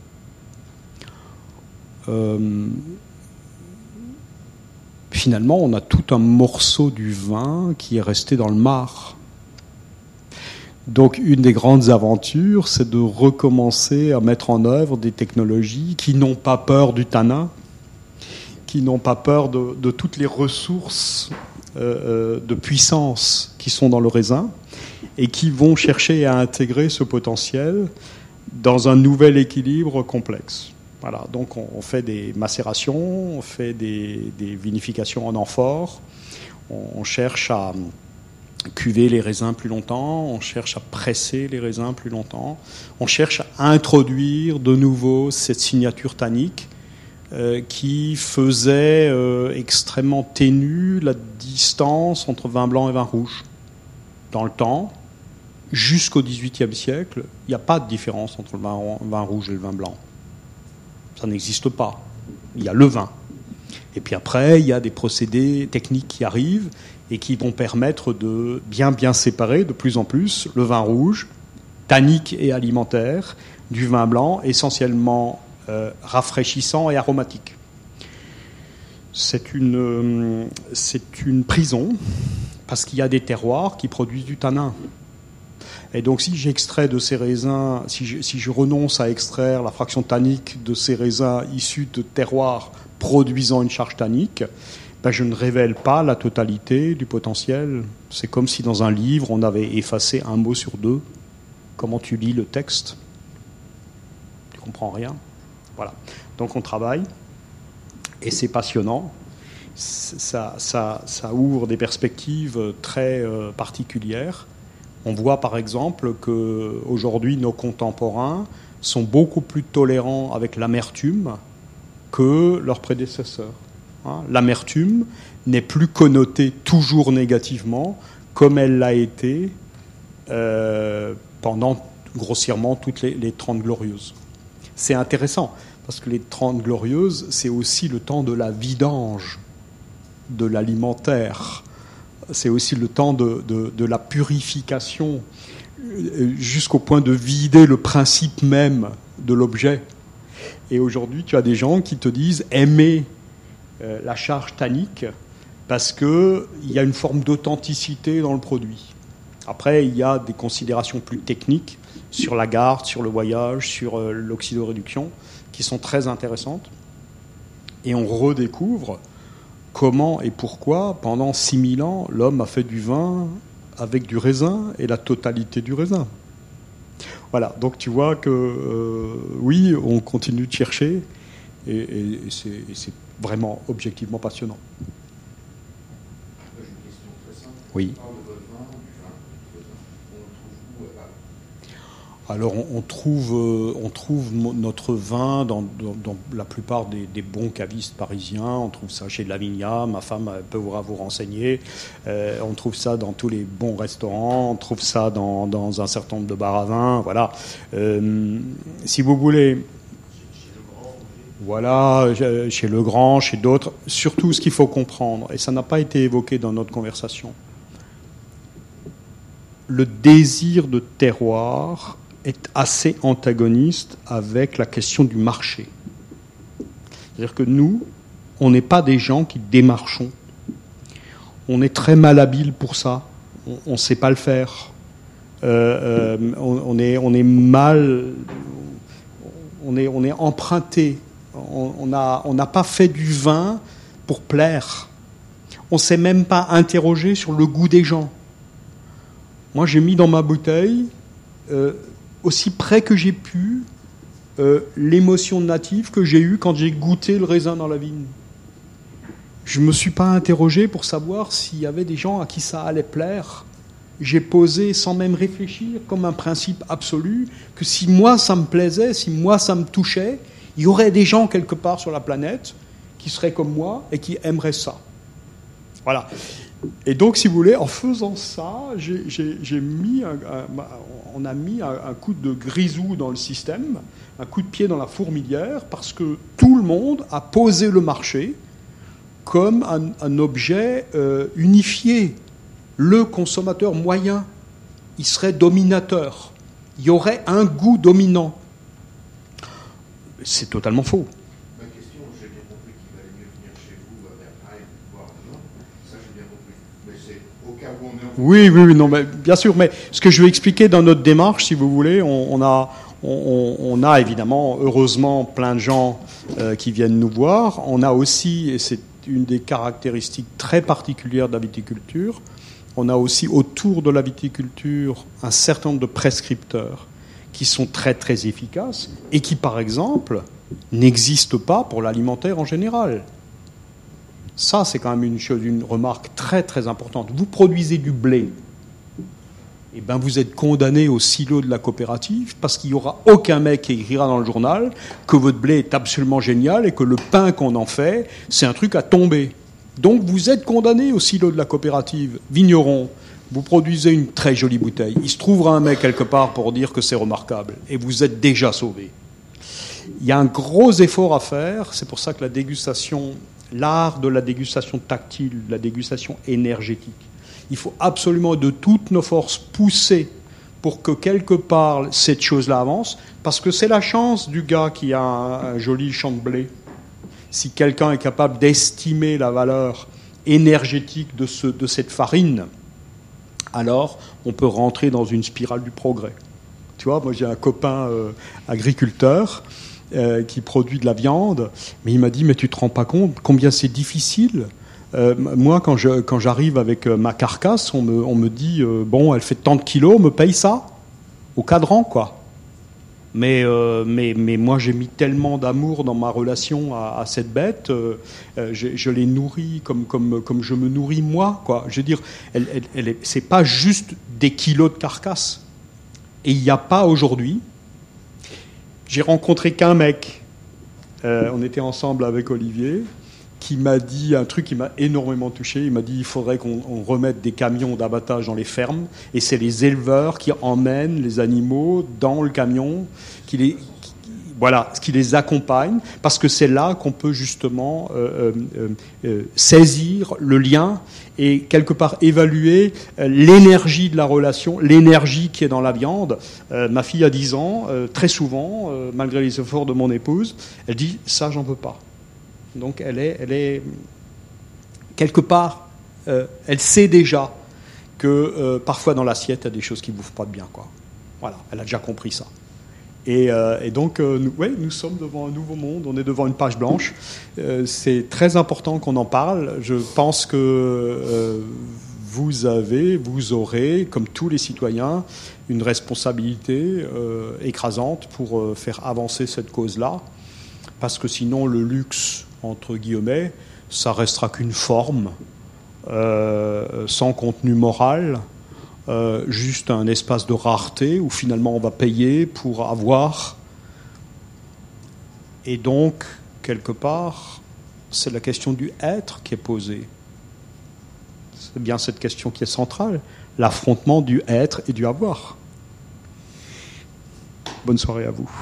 Finalement, on a tout un morceau du vin qui est resté dans le marc. Donc, une des grandes aventures, c'est de recommencer à mettre en œuvre des technologies qui n'ont pas peur du tanin, qui n'ont pas peur de toutes les ressources de puissance qui sont dans le raisin et qui vont chercher à intégrer ce potentiel dans un nouvel équilibre complexe. Voilà, donc on fait des macérations, on fait des vinifications en amphore, on cherche à cuver les raisins plus longtemps, on cherche à presser les raisins plus longtemps, on cherche à introduire de nouveau cette signature tannique qui faisait extrêmement ténue la distance entre vin blanc et vin rouge. Dans le temps, jusqu'au XVIIIe siècle, il n'y a pas de différence entre le vin rouge et le vin blanc. Ça n'existe pas. Il y a le vin. Et puis après, il y a des procédés techniques qui arrivent et qui vont permettre de bien séparer de plus en plus le vin rouge, tannique et alimentaire, du vin blanc, essentiellement rafraîchissant et aromatique. C'est une prison, parce qu'il y a des terroirs qui produisent du tanin. Et donc si j'extrais de ces raisins, si je renonce à extraire la fraction tannique de ces raisins issus de terroirs produisant une charge tannique, ben je ne révèle pas la totalité du potentiel. C'est comme si dans un livre, on avait effacé un mot sur deux. Comment tu lis le texte? Tu comprends rien. Voilà. Donc on travaille, et c'est passionnant. Ça ouvre des perspectives très particulières. On voit par exemple qu'aujourd'hui, nos contemporains sont beaucoup plus tolérants avec l'amertume que leurs prédécesseurs. L'amertume n'est plus connotée toujours négativement, comme elle l'a été pendant grossièrement toutes les 30 Glorieuses. C'est intéressant, parce que les 30 Glorieuses, c'est aussi le temps de la vidange de l'alimentaire. C'est aussi le temps de la purification, jusqu'au point de vider le principe même de l'objet. Et aujourd'hui, tu as des gens qui te disent aimer la charge tannique parce qu'il y a une forme d'authenticité dans le produit. Après, il y a des considérations plus techniques sur la garde, sur le voyage, sur l'oxydoréduction, qui sont très intéressantes. Et on redécouvre comment et pourquoi, pendant 6000 ans, l'homme a fait du vin avec du raisin et la totalité du raisin. Voilà, donc tu vois que oui, on continue de chercher et c'est vraiment objectivement passionnant.
J'ai une question très simple.
Oui.
On parle de votre vin, du vin. On le trouve où?
Alors on trouve notre vin dans la plupart des bons cavistes parisiens. On trouve ça chez Lavinia, ma femme peut vous renseigner. On trouve ça dans tous les bons restaurants. On trouve ça dans un certain nombre de bars à vin. Voilà. Si vous voulez, voilà, chez Legrand, chez d'autres. Surtout, ce qu'il faut comprendre, et ça n'a pas été évoqué dans notre conversation, le désir de terroir est assez antagoniste avec la question du marché. C'est-à-dire que nous, on n'est pas des gens qui démarchons. On est très malhabiles pour ça. On ne sait pas le faire. On est mal... On est emprunté. On n'a pas fait du vin pour plaire. On ne s'est même pas interrogé sur le goût des gens. Moi, j'ai mis dans ma bouteille, aussi près que j'ai pu, l'émotion native que j'ai eue quand j'ai goûté le raisin dans la vigne. Je ne me suis pas interrogé pour savoir s'il y avait des gens à qui ça allait plaire. J'ai posé, sans même réfléchir, comme un principe absolu, que si moi ça me plaisait, si moi ça me touchait, il y aurait des gens quelque part sur la planète qui seraient comme moi et qui aimeraient ça. Voilà. Et donc, si vous voulez, en faisant ça, on a mis un coup de grisou dans le système, un coup de pied dans la fourmilière, parce que tout le monde a posé le marché comme un objet unifié. Le consommateur moyen, il serait dominateur. Il y aurait un goût dominant. C'est totalement faux.
Ma question, j'ai bien compris qu'il valait mieux venir chez vous à Versailles pour voir un vin. Ça, j'ai bien compris. Mais c'est au cas où on est en...
Oui, non, mais bien sûr. Mais ce que je vais expliquer dans notre démarche, si vous voulez, on a évidemment, heureusement, plein de gens qui viennent nous voir. On a aussi, et une des caractéristiques très particulières de la viticulture. On a aussi autour de la viticulture un certain nombre de prescripteurs qui sont très très efficaces et qui, par exemple, n'existent pas pour l'alimentaire en général. Ça, c'est quand même une remarque très très importante. Vous produisez du blé, eh ben vous êtes condamné au silo de la coopérative parce qu'il n'y aura aucun mec qui écrira dans le journal que votre blé est absolument génial et que le pain qu'on en fait, c'est un truc à tomber. Donc vous êtes condamné au silo de la coopérative. Vigneron, vous produisez une très jolie bouteille. Il se trouvera un mec quelque part pour dire que c'est remarquable et vous êtes déjà sauvé. Il y a un gros effort à faire, c'est pour ça que la dégustation, l'art de la dégustation tactile, de la dégustation énergétique, il faut absolument de toutes nos forces pousser pour que quelque part cette chose-là avance, parce que c'est la chance du gars qui a un joli champ de blé. Si quelqu'un est capable d'estimer la valeur énergétique de cette farine, alors on peut rentrer dans une spirale du progrès. Tu vois, moi j'ai un copain agriculteur qui produit de la viande, mais il m'a dit, mais tu te rends pas compte combien c'est difficile. Moi, quand j'arrive avec ma carcasse, on me dit, bon, elle fait tant de kilos, on me paye ça au cadran, quoi. Mais moi, j'ai mis tellement d'amour dans ma relation à cette bête, je l'ai nourrie comme je me nourris moi, quoi. Je veux dire, c'est pas juste des kilos de carcasse. Et il n'y a pas aujourd'hui. J'ai rencontré qu'un mec. On était ensemble avec Olivier, qui m'a dit un truc qui m'a énormément touché. Il m'a dit il faudrait qu'on remette des camions d'abattage dans les fermes, et c'est les éleveurs qui emmènent les animaux dans le camion, qui les accompagnent, parce que c'est là qu'on peut justement saisir le lien et quelque part évaluer l'énergie de la relation, l'énergie qui est dans la viande. Ma fille a 10 ans, très souvent, malgré les efforts de mon épouse, elle dit ça j'en veux pas. Donc elle est quelque part, elle sait déjà que parfois dans l'assiette, il y a des choses qui ne bouffent pas bien, quoi. Voilà, elle a déjà compris ça. Et donc, nous sommes devant un nouveau monde, on est devant une page blanche. C'est très important qu'on en parle. Je pense que vous aurez, comme tous les citoyens, une responsabilité écrasante pour faire avancer cette cause-là. Parce que sinon, le luxe, entre guillemets, ça restera qu'une forme, sans contenu moral, juste un espace de rareté où finalement on va payer pour avoir. Et donc, quelque part, c'est la question du être qui est posée. C'est bien cette question qui est centrale, l'affrontement du être et du avoir. Bonne soirée à vous.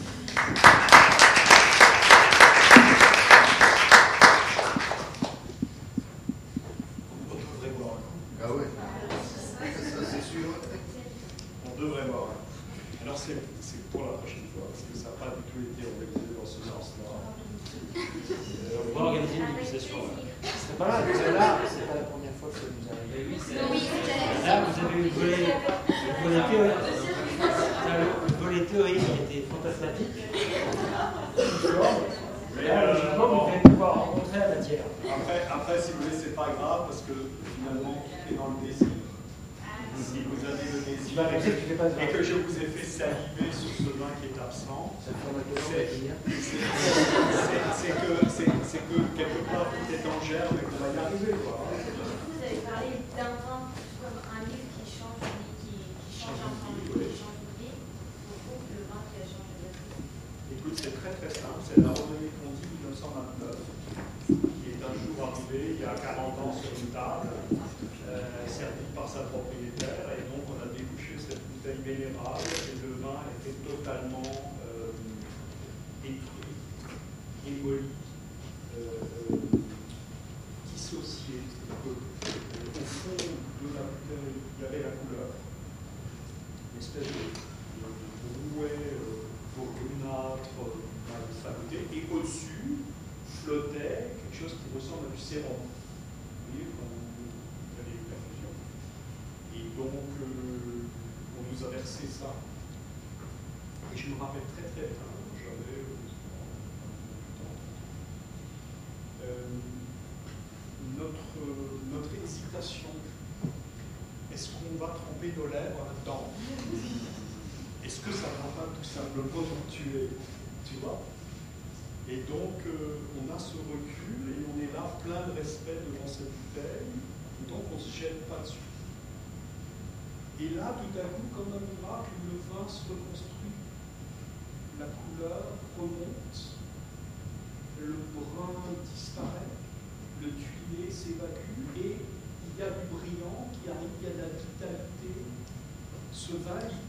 Après, si vous voulez, c'est pas grave parce que finalement, tout est dans le désir. Si vous avez le désir et que je vous ai fait saliver sur ce vin qui est absent, c'est que quelque part tout est en germe et qu'on va y arriver, quoi.
Vous avez parlé d'un vin comme un livre qui change un vin, qui change de vie. Au fond, le vin qui a changé de vie.
Écoute, c'est très très simple. C'est la renommée qu'on dit 1929. Qui est un jour arrivé il y a 40 ans sur une table, servie par sa propriétaire, et donc on a débouché cette bouteille vénérable, et le vin était totalement détruit, démoli, dissocié. Au fond de la bouteille, il y avait la couleur, une espèce de rouet brunâtre mal saboté, et au-dessus flottait quelque chose qui ressemble à du sérum. Vous voyez, quand vous avez une perfusion. Et donc, on nous a versé ça. Et je me rappelle très très bien, j'avais qu'on va tremper nos lèvres là-dedans? Est-ce que ça va pas tout simplement nous tuer? Tu vois? Et donc, on a ce recul et on est là plein de respect devant cette bouteille, donc on ne se jette pas dessus. Et là, tout à coup, comme un miracle, le vin se reconstruit. La couleur remonte, le brun disparaît, le tuilé s'évacue et il y a du brillant qui arrive, il y a de la vitalité. Ce vin,